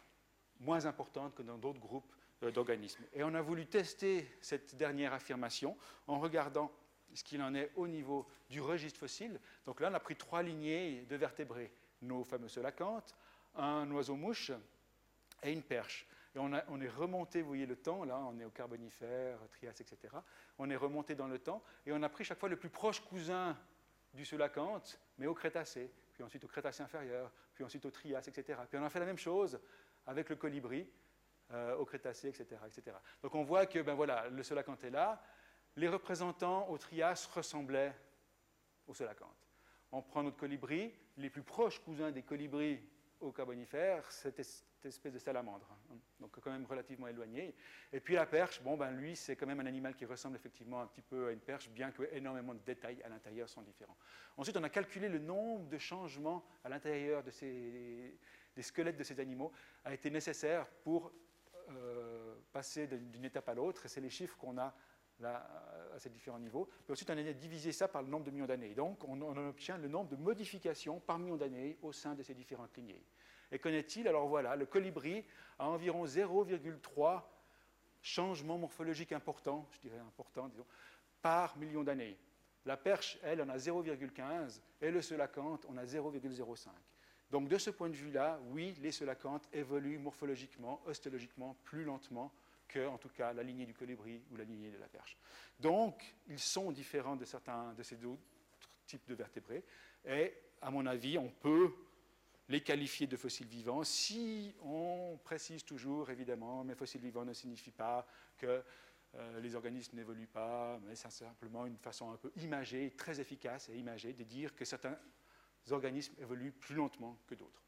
B: moins importante que dans d'autres groupes euh, d'organismes. Et on a voulu tester cette dernière affirmation en regardant ce qu'il en est au niveau du registre fossile. Donc là, on a pris trois lignées de vertébrés, nos fameux coelacanths, un oiseau-mouche et une perche. Et on, a, on est remonté, vous voyez le temps, là, on est au Carbonifère, Trias, et cetera. On est remonté dans le temps et on a pris chaque fois le plus proche cousin du coelacanthe, mais au Crétacé, puis ensuite au Crétacé inférieur, puis ensuite au Trias, et cetera. Puis on a fait la même chose avec le colibri, euh, au Crétacé, et cetera, et cetera. Donc on voit que ben voilà, le coelacanthe est là. Les représentants au Trias ressemblaient au coelacanthe. On prend notre colibri, les plus proches cousins des colibris au Carbonifère, c'était cette espèce de salamandre, hein, donc quand même relativement éloigné. Et puis la perche, bon, ben lui, c'est quand même un animal qui ressemble effectivement un petit peu à une perche, bien que énormément de détails à l'intérieur sont différents. Ensuite, on a calculé le nombre de changements à l'intérieur de ces, des squelettes de ces animaux a été nécessaire pour euh, passer d'une étape à l'autre, et c'est les chiffres qu'on a là, à ces différents niveaux. Puis ensuite, on a divisé ça par le nombre de millions d'années. Donc, on, on obtient le nombre de modifications par million d'années au sein de ces différentes lignées. Et qu'en est-il? Alors voilà, le colibri a environ zéro virgule trois changements morphologiques importants, je dirais importants, disons, par million d'années. La perche, elle, en a zéro virgule quinze, et le coelacanthe, on a zéro virgule zéro cinq. Donc, de ce point de vue-là, oui, les coelacanthes évoluent morphologiquement, ostéologiquement, plus lentement que, en tout cas, la lignée du colibri ou la lignée de la perche. Donc, ils sont différents de certains de ces autres types de vertébrés, et, à mon avis, on peut les qualifier de fossiles vivants si on précise toujours, évidemment, mais fossiles vivants ne signifie pas que euh, les organismes n'évoluent pas, mais c'est simplement une façon un peu imagée, très efficace et imagée de dire que certains organismes évoluent plus lentement que d'autres.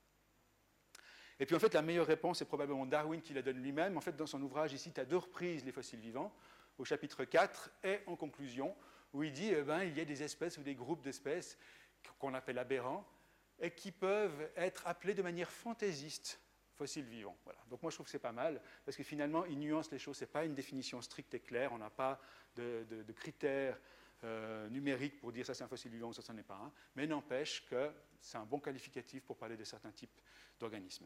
B: Et puis en fait, la meilleure réponse est probablement Darwin qui la donne lui-même. En fait, dans son ouvrage, il cite à deux reprises les fossiles vivants, au chapitre quatre et en conclusion, où il dit eh ben, il y a des espèces ou des groupes d'espèces qu'on appelle aberrants et qui peuvent être appelés de manière fantaisiste fossiles vivants. Voilà. Donc moi, je trouve que c'est pas mal, parce que finalement, il nuance les choses. Ce n'est pas une définition stricte et claire. On n'a pas de, de, de critères euh, numériques pour dire ça c'est un fossile vivant ou ça, ça n'est pas un. Mais n'empêche que c'est un bon qualificatif pour parler de certains types d'organismes.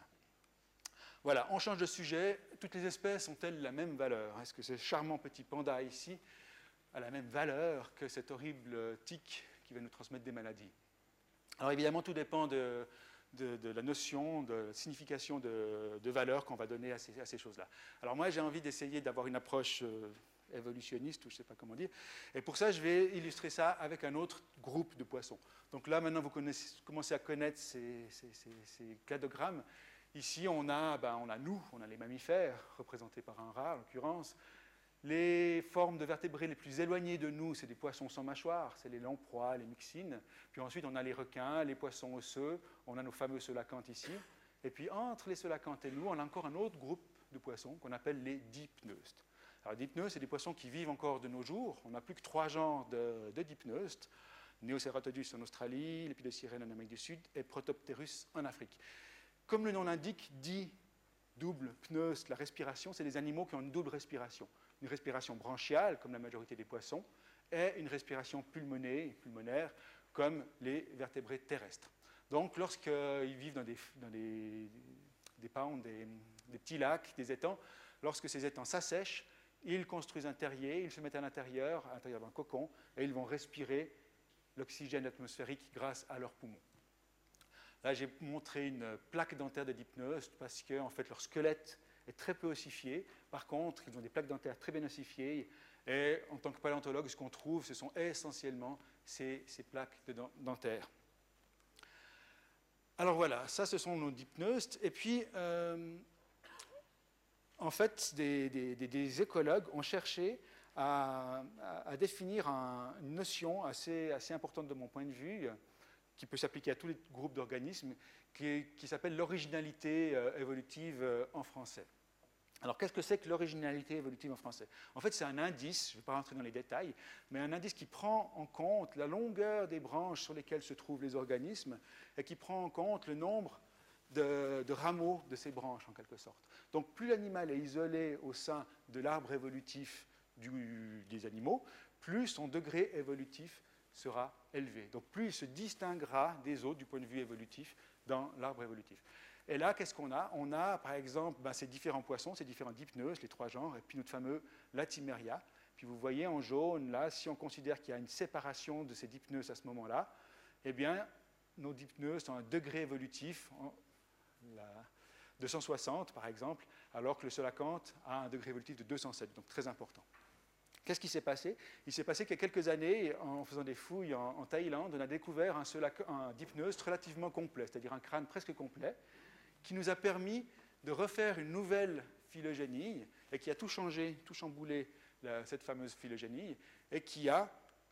B: Voilà, on change de sujet. Toutes les espèces ont-elles la même valeur? Est-ce que ce charmant petit panda ici a la même valeur que cet horrible tic qui va nous transmettre des maladies? Alors évidemment, tout dépend de, de, de la notion, de la signification de, de valeur qu'on va donner à ces, à ces choses-là. Alors moi, j'ai envie d'essayer d'avoir une approche euh, évolutionniste, ou je ne sais pas comment dire, et pour ça, je vais illustrer ça avec un autre groupe de poissons. Donc là, maintenant, vous connaissez, commencez à connaître ces, ces, ces, ces cladogrammes. Ici, on a, ben, on a nous, on a les mammifères, représentés par un rat, en l'occurrence. Les formes de vertébrés les plus éloignées de nous, c'est des poissons sans mâchoire, c'est les lamproies, les myxines. Puis ensuite, on a les requins, les poissons osseux, on a nos fameux coelacanthes ici. Et puis entre les coelacanthes et nous, on a encore un autre groupe de poissons qu'on appelle les dipneustes. Alors, les dipneustes, c'est des poissons qui vivent encore de nos jours. On n'a plus que trois genres de, de dipneustes. Neoceratodus en Australie, Lepidosirène en Amérique du Sud et Protopterus en Afrique. Comme le nom l'indique, di, double, pneust, la respiration, c'est des animaux qui ont une double respiration. Une respiration branchiale, comme la majorité des poissons, et une respiration pulmonée, pulmonaire, comme les vertébrés terrestres. Donc, lorsqu'ils vivent dans des, dans des, des ponds, des, des petits lacs, des étangs, lorsque ces étangs s'assèchent, ils construisent un terrier, ils se mettent à l'intérieur, à l'intérieur d'un cocon, et ils vont respirer l'oxygène atmosphérique grâce à leurs poumons. Là, j'ai montré une plaque dentaire de dipneustes parce que, en fait, leur squelette est très peu ossifié. Par contre, ils ont des plaques dentaires très bien ossifiées. Et en tant que paléontologue, ce qu'on trouve, ce sont essentiellement ces, ces plaques de dentaires. Alors voilà, ça, ce sont nos dipneustes. Et puis, euh, en fait, des, des, des écologues ont cherché à, à, à définir un, une notion assez, assez importante de mon point de vue, qui peut s'appliquer à tous les groupes d'organismes, qui, qui s'appelle l'originalité euh, évolutive euh, en français. Alors, qu'est-ce que c'est que l'originalité évolutive en français? En fait, c'est un indice, je ne vais pas rentrer dans les détails, mais un indice qui prend en compte la longueur des branches sur lesquelles se trouvent les organismes et qui prend en compte le nombre de, de rameaux de ces branches, en quelque sorte. Donc, plus l'animal est isolé au sein de l'arbre évolutif du, des animaux, plus son degré évolutif sera élevé. Donc, plus il se distinguera des autres du point de vue évolutif dans l'arbre évolutif. Et là, qu'est-ce qu'on a? On a, par exemple, ben, ces différents poissons, ces différents dipneuses, les trois genres, et puis notre fameux Latimeria. Puis vous voyez en jaune, là, si on considère qu'il y a une séparation de ces dipneuses à ce moment-là, eh bien, nos dipneuses ont un degré évolutif de cent soixante, par exemple, alors que le solacanthe a un degré évolutif de deux cent sept, donc très important. Qu'est-ce qui s'est passé? Il s'est passé qu'il y a quelques années, en faisant des fouilles en, en Thaïlande, on a découvert un, un dipneuse relativement complet, c'est-à-dire un crâne presque complet, qui nous a permis de refaire une nouvelle phylogénie et qui a tout changé, tout chamboulé, la, cette fameuse phylogénie, et qui a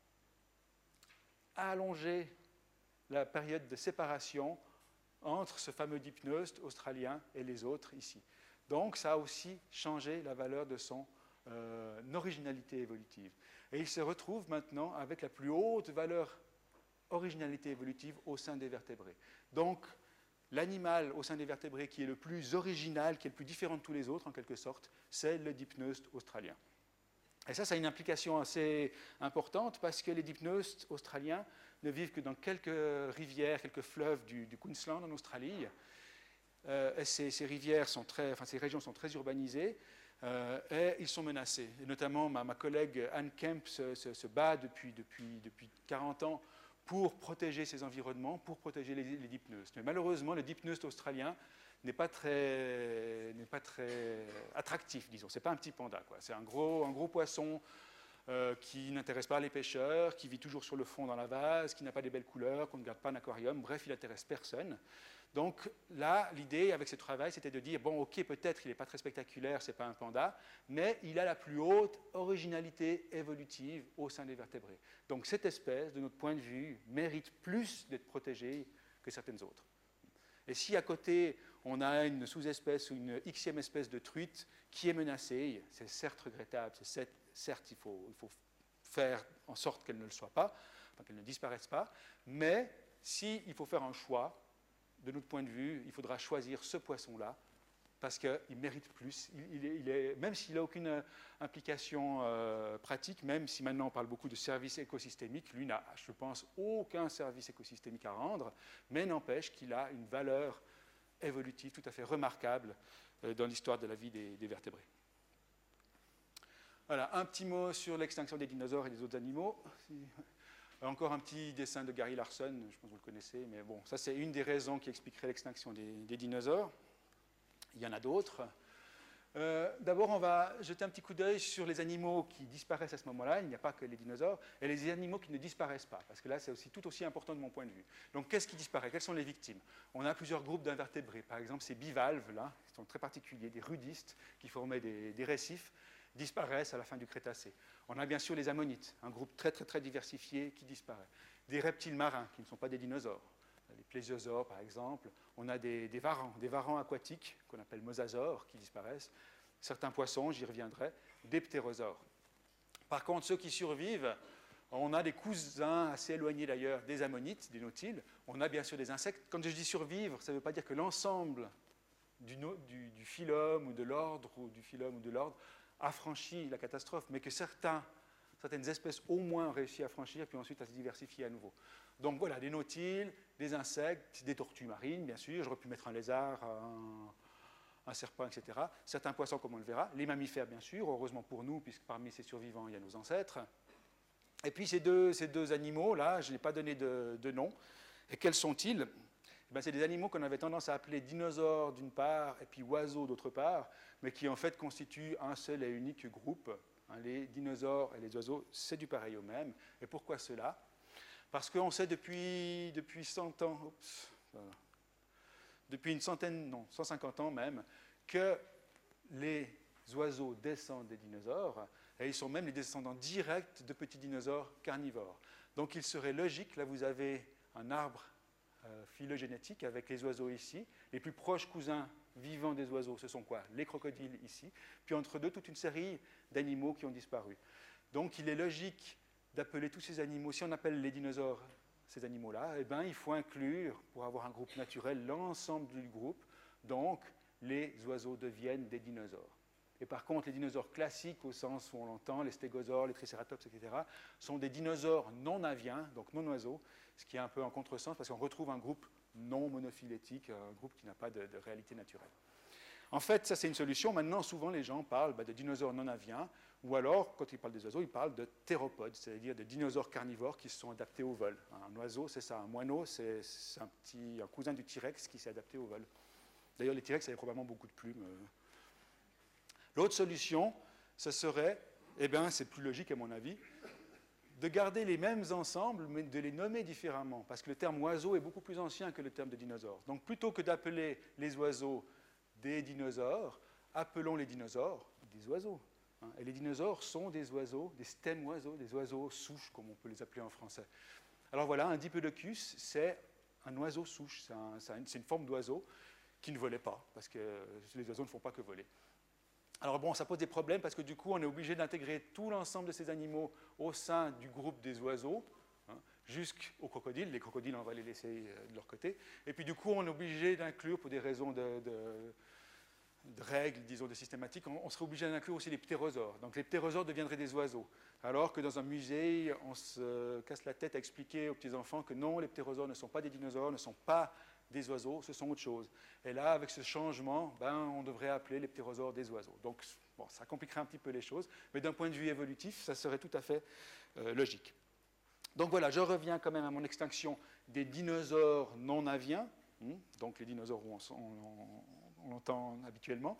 B: allongé la période de séparation entre ce fameux dipneuse australien et les autres ici. Donc, ça a aussi changé la valeur de son euh, originalité évolutive. Et il se retrouve maintenant avec la plus haute valeur originalité évolutive au sein des vertébrés. Donc, l'animal au sein des vertébrés qui est le plus original, qui est le plus différent de tous les autres, en quelque sorte, c'est le dipneuse australien. Et ça, ça a une implication assez importante parce que les dipneustes australiens ne vivent que dans quelques rivières, quelques fleuves du, du Queensland en Australie. Euh, et ces, ces rivières sont très, enfin, ces régions sont très urbanisées euh, et ils sont menacés. Et notamment, ma, ma collègue Anne Kemp se, se, se bat depuis, depuis, depuis quarante ans pour protéger ces environnements, pour protéger les, les dipneustes. Mais malheureusement, le dipneuste australien n'est pas très, n'est pas très attractif, disons. Ce n'est pas un petit panda, quoi. C'est un gros, un gros poisson euh, qui n'intéresse pas les pêcheurs, qui vit toujours sur le fond dans la vase, qui n'a pas des belles couleurs, qu'on ne garde pas en aquarium. Bref, il n'intéresse personne. Donc là, l'idée avec ce travail, c'était de dire, bon, ok, peut-être il n'est pas très spectaculaire, ce n'est pas un panda, mais il a la plus haute originalité évolutive au sein des vertébrés. Donc cette espèce, de notre point de vue, mérite plus d'être protégée que certaines autres. Et si à côté, on a une sous-espèce ou une xème espèce de truite qui est menacée, c'est certes regrettable, c'est certes, il faut, il faut faire en sorte qu'elle ne le soit pas, enfin, qu'elle ne disparaisse pas, mais s'il faut faire un choix, de notre point de vue, il faudra choisir ce poisson-là parce qu'il mérite plus. Il, il est, il est, même s'il n'a aucune implication euh, pratique, même si maintenant on parle beaucoup de services écosystémiques, lui n'a, je pense, aucun service écosystémique à rendre, mais n'empêche qu'il a une valeur évolutive tout à fait remarquable euh, dans l'histoire de la vie des, des vertébrés. Voilà, un petit mot sur l'extinction des dinosaures et des autres animaux. Encore un petit dessin de Gary Larson, je pense que vous le connaissez, mais bon, ça c'est une des raisons qui expliquerait l'extinction des, des dinosaures. Il y en a d'autres. Euh, D'abord, on va jeter un petit coup d'œil sur les animaux qui disparaissent à ce moment-là. Il n'y a pas que les dinosaures, et les animaux qui ne disparaissent pas, parce que là c'est aussi tout aussi important de mon point de vue. Donc qu'est-ce qui disparaît? Quelles sont les victimes? On a plusieurs groupes d'invertébrés. Par exemple, ces bivalves, là, qui sont très particuliers, des rudistes, qui formaient des, des récifs, disparaissent à la fin du Crétacé. On a bien sûr les ammonites, un groupe très très très diversifié qui disparaît. Des reptiles marins qui ne sont pas des dinosaures, les plésiosaures par exemple. On a des, des varans, des varans aquatiques qu'on appelle mosasaures qui disparaissent. Certains poissons, j'y reviendrai, des ptérosaures. Par contre, ceux qui survivent, on a des cousins assez éloignés d'ailleurs des ammonites, des nautiles. On a bien sûr des insectes. Quand je dis survivre, ça ne veut pas dire que l'ensemble du, du, du phylum ou de l'ordre ou du phylum ou de l'ordre a franchi la catastrophe, mais que certains, certaines espèces au moins ont réussi à franchir, puis ensuite à se diversifier à nouveau. Donc voilà, des nautiles, des insectes, des tortues marines, bien sûr, j'aurais pu mettre un lézard, un, un serpent, et cetera. Certains poissons, comme on le verra, les mammifères, bien sûr, heureusement pour nous, puisque parmi ces survivants, il y a nos ancêtres. Et puis ces deux, ces deux animaux-là, je n'ai pas donné de, de nom. Et quels sont-ils? Eh bien, c'est des animaux qu'on avait tendance à appeler dinosaures d'une part, et puis oiseaux d'autre part, mais qui en fait constituent un seul et unique groupe. Hein, les dinosaures et les oiseaux, c'est du pareil au même. Et pourquoi cela? Parce qu'on sait depuis, depuis cent ans, oups, voilà, depuis une centaine, non, cent cinquante ans même, que les oiseaux descendent des dinosaures, et ils sont même les descendants directs de petits dinosaures carnivores. Donc il serait logique, là vous avez un arbre euh, phylogénétique avec les oiseaux ici, les plus proches cousins vivants des oiseaux, ce sont quoi? Les crocodiles ici, puis entre deux, toute une série d'animaux qui ont disparu. Donc il est logique d'appeler tous ces animaux, si on appelle les dinosaures ces animaux-là, eh ben, il faut inclure, pour avoir un groupe naturel, l'ensemble du groupe, donc les oiseaux deviennent des dinosaures. Et par contre, les dinosaures classiques, au sens où on l'entend, les stégosaures, les tricératops, et cetera, sont des dinosaures non aviens, donc non oiseaux, ce qui est un peu en contresens, parce qu'on retrouve un groupe non monophylétique, un groupe qui n'a pas de, de réalité naturelle. En fait, ça c'est une solution. Maintenant, souvent les gens parlent bah, de dinosaures non aviens, ou alors, quand ils parlent des oiseaux, ils parlent de théropodes, c'est-à-dire de dinosaures carnivores qui se sont adaptés au vol. Un oiseau, c'est ça. Un moineau, c'est un, petit, un cousin du T-Rex qui s'est adapté au vol. D'ailleurs, les T-Rex avaient probablement beaucoup de plumes. L'autre solution, ce serait, eh bien, c'est plus logique à mon avis, de garder les mêmes ensembles, mais de les nommer différemment, parce que le terme oiseau est beaucoup plus ancien que le terme de dinosaure. Donc, plutôt que d'appeler les oiseaux des dinosaures, appelons les dinosaures des oiseaux. Et les dinosaures sont des oiseaux, des stem-oiseaux, des oiseaux souches, comme on peut les appeler en français. Alors voilà, un diplodocus, c'est un oiseau souche, c'est un, un, une forme d'oiseau qui ne volait pas, parce que les oiseaux ne font pas que voler. Alors bon, ça pose des problèmes, parce que du coup, on est obligé d'intégrer tout l'ensemble de ces animaux au sein du groupe des oiseaux, hein, jusqu'aux crocodiles. Les crocodiles, on va les laisser de leur côté. Et puis du coup, on est obligé d'inclure, pour des raisons de... de de règles, disons, de systématiques, on, on serait obligé d'inclure aussi les ptérosaures. Donc les ptérosaures deviendraient des oiseaux. Alors que dans un musée, on se casse la tête à expliquer aux petits-enfants que non, les ptérosaures ne sont pas des dinosaures, ne sont pas des oiseaux, ce sont autre chose. Et là, avec ce changement, ben, on devrait appeler les ptérosaures des oiseaux. Donc bon, ça compliquerait un petit peu les choses, mais d'un point de vue évolutif, ça serait tout à fait euh, logique. Donc voilà, je reviens quand même à mon extinction des dinosaures non aviens, hein, donc les dinosaures où on, on, on l'entend habituellement.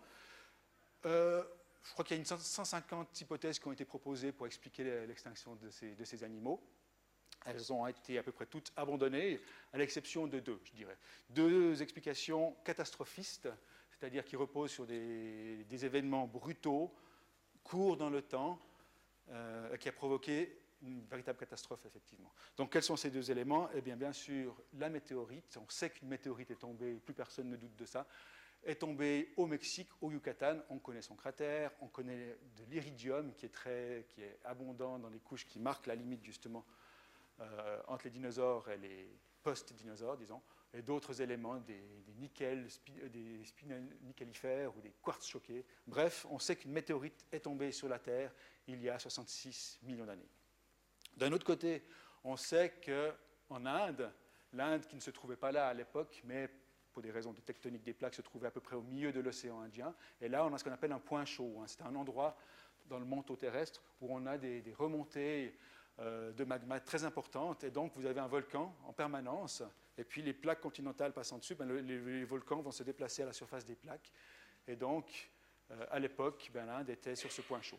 B: Euh, je crois qu'il y a une cent cinquante hypothèses qui ont été proposées pour expliquer l'extinction de ces, de ces animaux. Elles ont été à peu près toutes abandonnées, à l'exception de deux, je dirais. Deux explications catastrophistes, c'est-à-dire qui reposent sur des, des événements brutaux, courts dans le temps, euh, qui a provoqué une véritable catastrophe, effectivement. Donc, quels sont ces deux éléments? Eh bien, bien sûr, la météorite. On sait qu'une météorite est tombée, plus personne ne doute de ça. Est tombée au Mexique, au Yucatan. On connaît son cratère, on connaît de l'iridium qui est très, qui est abondant dans les couches qui marquent la limite justement euh, entre les dinosaures et les post-dinosaures, disons, et d'autres éléments, des, des nickels, spi, des spinonicellifères ou des quartz choqués. Bref, on sait qu'une météorite est tombée sur la Terre il y a soixante-six millions d'années. D'un autre côté, on sait qu'en Inde, l'Inde qui ne se trouvait pas là à l'époque, mais pour des raisons de tectonique des plaques, se trouvait à peu près au milieu de l'océan Indien. Et là, on a ce qu'on appelle un point chaud. Hein. C'est un endroit dans le manteau terrestre où on a des, des remontées euh, de magma très importantes. Et donc, vous avez un volcan en permanence. Et puis, les plaques continentales passant dessus, ben, le, les, les volcans vont se déplacer à la surface des plaques. Et donc, euh, à l'époque, ben, l'Inde était sur ce point chaud.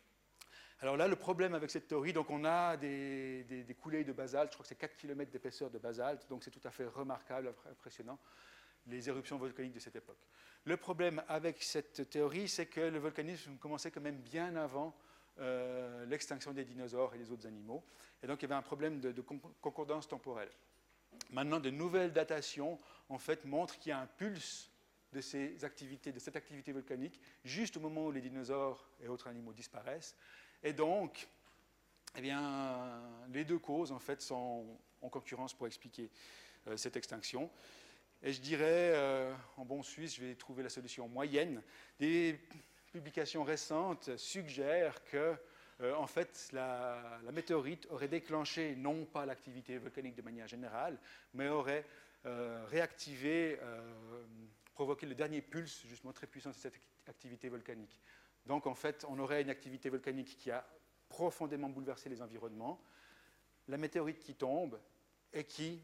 B: Alors là, le problème avec cette théorie, donc on a des, des, des coulées de basalte, je crois que c'est quatre kilomètres d'épaisseur de basalte, donc c'est tout à fait remarquable, impressionnant, les éruptions volcaniques de cette époque. Le problème avec cette théorie, c'est que le volcanisme commençait quand même bien avant euh, l'extinction des dinosaures et des autres animaux, et donc il y avait un problème de, de concordance temporelle. Maintenant, de nouvelles datations, en fait, montrent qu'il y a un pulse de ces activités, de cette activité volcanique, juste au moment où les dinosaures et autres animaux disparaissent. Et donc, eh bien, les deux causes, en fait, sont en concurrence pour expliquer euh, cette extinction. Et je dirais, euh, en bon suisse, je vais trouver la solution moyenne. Des publications récentes suggèrent que, euh, en fait, la, la météorite aurait déclenché non pas l'activité volcanique de manière générale, mais aurait euh, réactivé, euh, provoqué le dernier pulse, justement, très puissant de cette activité volcanique. Donc, en fait, on aurait une activité volcanique qui a profondément bouleversé les environnements, la météorite qui tombe et qui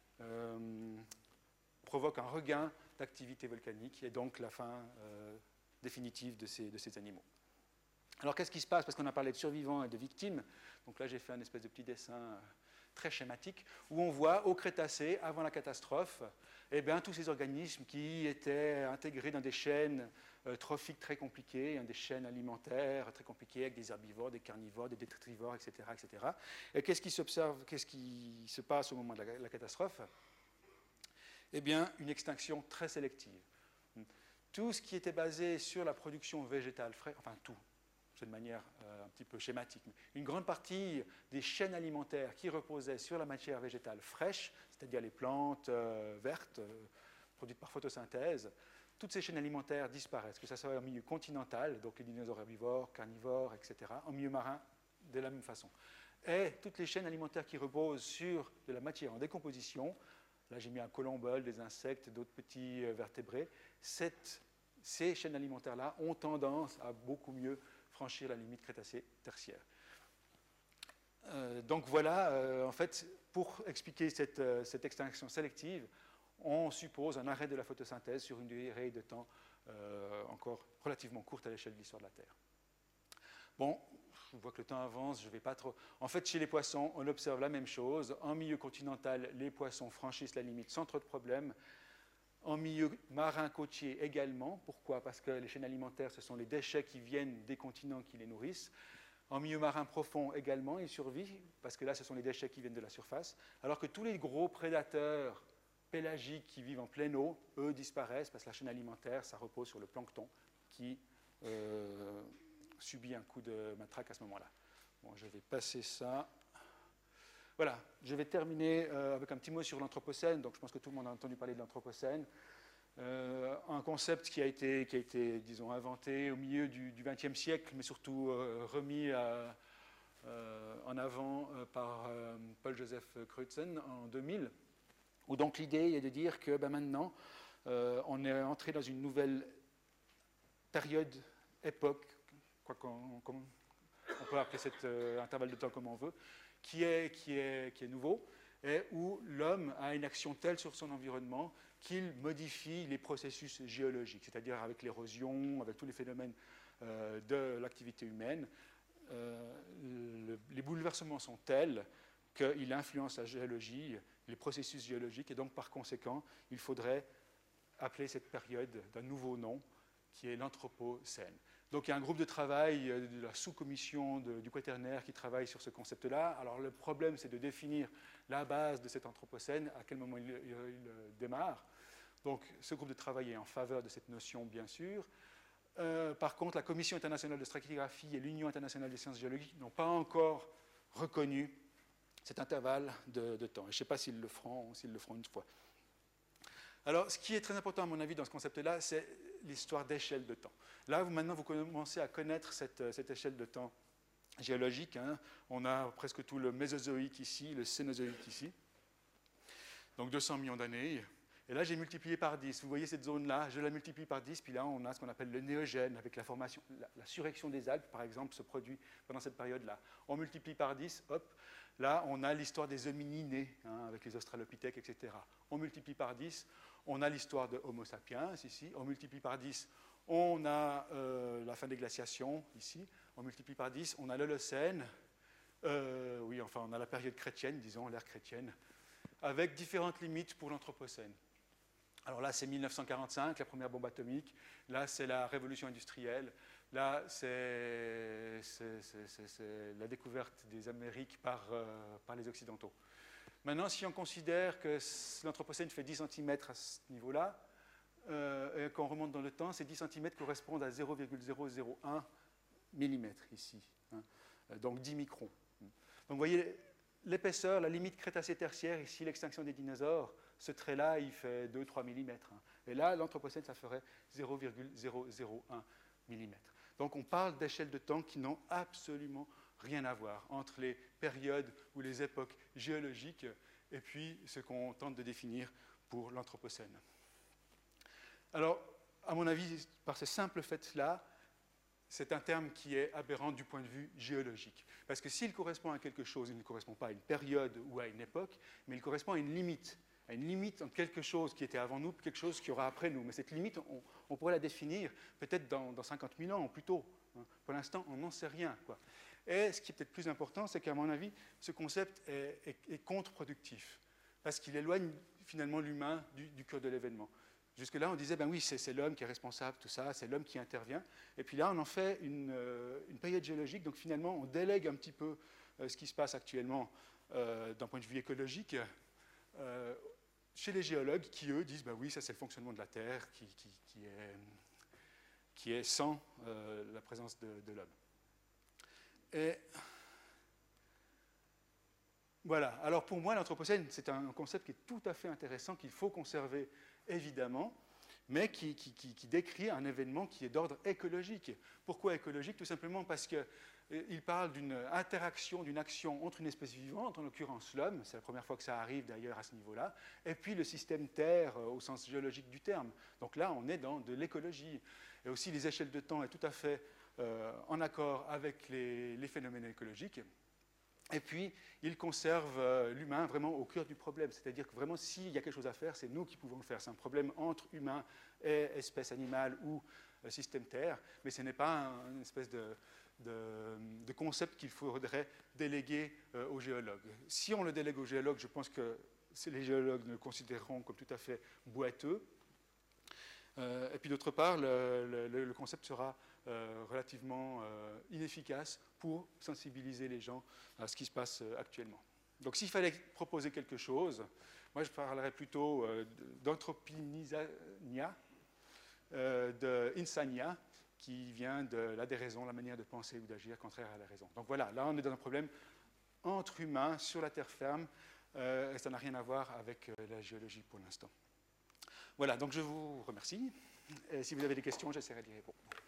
B: euh, provoque un regain d'activité volcanique et donc la fin euh, définitive de ces, de ces animaux. Alors, qu'est-ce qui se passe? Parce qu'on a parlé de survivants et de victimes. Donc là, j'ai fait un espèce de petit dessin euh, très schématique où on voit au Crétacé, avant la catastrophe, eh bien, tous ces organismes qui étaient intégrés dans des chaînes euh, trophiques très compliquées, hein, des chaînes alimentaires très compliquées avec des herbivores, des carnivores, des détritivores, et cetera, et cetera. Et qu'est-ce qui s'observe, qu'est-ce qui se passe au moment de la, la catastrophe? Eh bien, une extinction très sélective. tout ce qui était basé sur la production végétale fraîche, enfin tout, c'est de manière euh, un petit peu schématique, mais une grande partie des chaînes alimentaires qui reposaient sur la matière végétale fraîche, c'est-à-dire les plantes euh, vertes, euh, produites par photosynthèse, toutes ces chaînes alimentaires disparaissent, que ce soit en milieu continental, donc les dinosaures herbivores, carnivores, et cetera, en milieu marin, de la même façon. Et toutes les chaînes alimentaires qui reposent sur de la matière en décomposition, là j'ai mis un colombole, des insectes, d'autres petits euh, vertébrés, cette, ces chaînes alimentaires-là ont tendance à beaucoup mieux franchir la limite Crétacé-Tertiaire. Euh, donc voilà, euh, en fait, pour expliquer cette, euh, cette extinction sélective, on suppose un arrêt de la photosynthèse sur une durée de temps euh, encore relativement courte à l'échelle de l'histoire de la Terre. Bon, je vois que le temps avance, je ne vais pas trop... En fait, chez les poissons, on observe la même chose. En milieu continental, les poissons franchissent la limite sans trop de problèmes. En milieu marin côtier également. Pourquoi? Parce que les chaînes alimentaires, ce sont les déchets qui viennent des continents qui les nourrissent. En milieu marin profond également, ils survivent, parce que là, ce sont les déchets qui viennent de la surface. Alors que tous les gros prédateurs pélagiques qui vivent en pleine eau, eux, disparaissent, parce que la chaîne alimentaire, ça repose sur le plancton qui euh, subit un coup de matraque à ce moment-là. Bon, je vais passer ça. Voilà, je vais terminer euh, avec un petit mot sur l'Anthropocène. Donc, je pense que tout le monde a entendu parler de l'Anthropocène. Euh, un concept qui a été, qui a été disons, inventé au milieu du vingtième siècle, mais surtout euh, remis à, euh, en avant euh, par euh, Paul-Joseph Crutzen en deux mille, où donc l'idée est de dire que ben, maintenant, euh, on est entré dans une nouvelle période, époque, quoi qu'on, comme, on peut appeler cet euh, intervalle de temps comme on veut, qui est, qui est, qui est nouveau, et où l'homme a une action telle sur son environnement qu'il modifie les processus géologiques, c'est-à-dire avec l'érosion, avec tous les phénomènes euh, de l'activité humaine. Euh, le, les bouleversements sont tels qu'il influence la géologie, les processus géologiques, et donc par conséquent, il faudrait appeler cette période d'un nouveau nom, qui est l'Anthropocène. Donc il y a un groupe de travail de la sous-commission du Quaternaire qui travaille sur ce concept-là. Alors le problème, c'est de définir la base de cet Anthropocène, à quel moment il, il, il démarre. Donc ce groupe de travail est en faveur de cette notion, bien sûr. Euh, par contre, la Commission internationale de stratigraphie et l'Union internationale des sciences géologiques n'ont pas encore reconnu cet intervalle de, de temps. Et je ne sais pas s'ils le feront ou s'ils le feront une fois. Alors, ce qui est très important, à mon avis, dans ce concept-là, c'est l'histoire d'échelle de temps. Là, vous, maintenant, vous commencez à connaître cette, cette échelle de temps géologique. Hein. On a presque tout le Mésozoïque ici, le Cénozoïque ici. Donc, deux cents millions d'années. Et là, j'ai multiplié par dix. Vous voyez cette zone-là, je la multiplie par dix, puis là, on a ce qu'on appelle le néogène, avec la formation, la, la surrection des Alpes, par exemple, se produit pendant cette période-là. On multiplie par dix, hop, là, on a l'histoire des homininés, hein, avec les australopithèques, et cetera. On multiplie par dix, on a l'histoire de Homo sapiens, ici. On multiplie par dix, on a euh, la fin des glaciations, ici. On multiplie par dix, on a l'Holocène. Euh, oui, enfin, on a la période chrétienne, disons, l'ère chrétienne, avec différentes limites pour l'Anthropocène. Alors là, c'est mille neuf cent quarante-cinq, la première bombe atomique. Là, c'est la révolution industrielle. Là, c'est, c'est, c'est, c'est, c'est la découverte des Amériques par, euh, par les Occidentaux. Maintenant, si on considère que l'Anthropocène fait dix centimètres à ce niveau-là, euh, et qu'on remonte dans le temps, ces dix centimètres correspondent à zéro virgule zéro zéro un millimètres ici. Hein, donc dix microns. Donc vous voyez, l'épaisseur, la limite Crétacé-Tertiaire, ici, l'extinction des dinosaures, ce trait-là, il fait deux à trois millimètres. Hein. Et là, l'Anthropocène, ça ferait zéro virgule zéro zéro un millimètres. Donc on parle d'échelles de temps qui n'ont absolument rien à voir entre les périodes ou les époques géologiques et puis ce qu'on tente de définir pour l'Anthropocène. Alors, à mon avis, par ce simple fait-là, c'est un terme qui est aberrant du point de vue géologique. Parce que s'il correspond à quelque chose, il ne correspond pas à une période ou à une époque, mais il correspond à une limite. À une limite entre quelque chose qui était avant nous et quelque chose qui aura après nous. Mais cette limite, on, on pourrait la définir peut-être dans, dans cinquante mille ans, plus tôt. Hein. Pour l'instant, on n'en sait rien, quoi. Et ce qui est peut-être plus important, c'est qu'à mon avis, ce concept est, est, est contre-productif. Parce qu'il éloigne finalement l'humain du, du cœur de l'événement. Jusque-là, on disait, ben oui, c'est, c'est l'homme qui est responsable, tout ça, c'est l'homme qui intervient. Et puis là, on en fait une, euh, une période géologique. Donc finalement, on délègue un petit peu euh, ce qui se passe actuellement euh, d'un point de vue écologique euh, chez les géologues qui, eux, disent bah oui, ça c'est le fonctionnement de la Terre qui, qui, qui, est, qui est sans euh, la présence de, de l'homme. Et voilà. Alors pour moi, l'Anthropocène, c'est un concept qui est tout à fait intéressant, qu'il faut conserver évidemment, mais qui, qui, qui, qui décrit un événement qui est d'ordre écologique. Pourquoi écologique? Tout simplement parce qu'il euh, parle d'une interaction, d'une action entre une espèce vivante, en l'occurrence l'homme, c'est la première fois que ça arrive d'ailleurs à ce niveau-là, et puis le système Terre euh, au sens géologique du terme. Donc là, on est dans de l'écologie. Et aussi, les échelles de temps est tout à fait euh, en accord avec les, les phénomènes écologiques. Et puis, il conserve euh, l'humain vraiment au cœur du problème. C'est-à-dire que vraiment, s'il y a quelque chose à faire, c'est nous qui pouvons le faire. C'est un problème entre humains et espèce animale ou euh, système Terre, mais ce n'est pas un, une espèce de, de, de concept qu'il faudrait déléguer euh, aux géologues. Si on le délègue aux géologues, je pense que les géologues le considéreront comme tout à fait boiteux. Euh, et puis d'autre part, le, le, le concept sera euh, relativement euh, inefficace pour sensibiliser les gens à ce qui se passe euh, actuellement. Donc s'il fallait proposer quelque chose, moi je parlerais plutôt euh, d'anthropinisania, euh, de insania, qui vient de la déraison, la manière de penser ou d'agir contraire à la raison. Donc voilà, là on est dans un problème entre humains sur la terre ferme, euh, et ça n'a rien à voir avec euh, la géologie pour l'instant. Voilà, donc je vous remercie. Et si vous avez des questions, j'essaierai d'y répondre.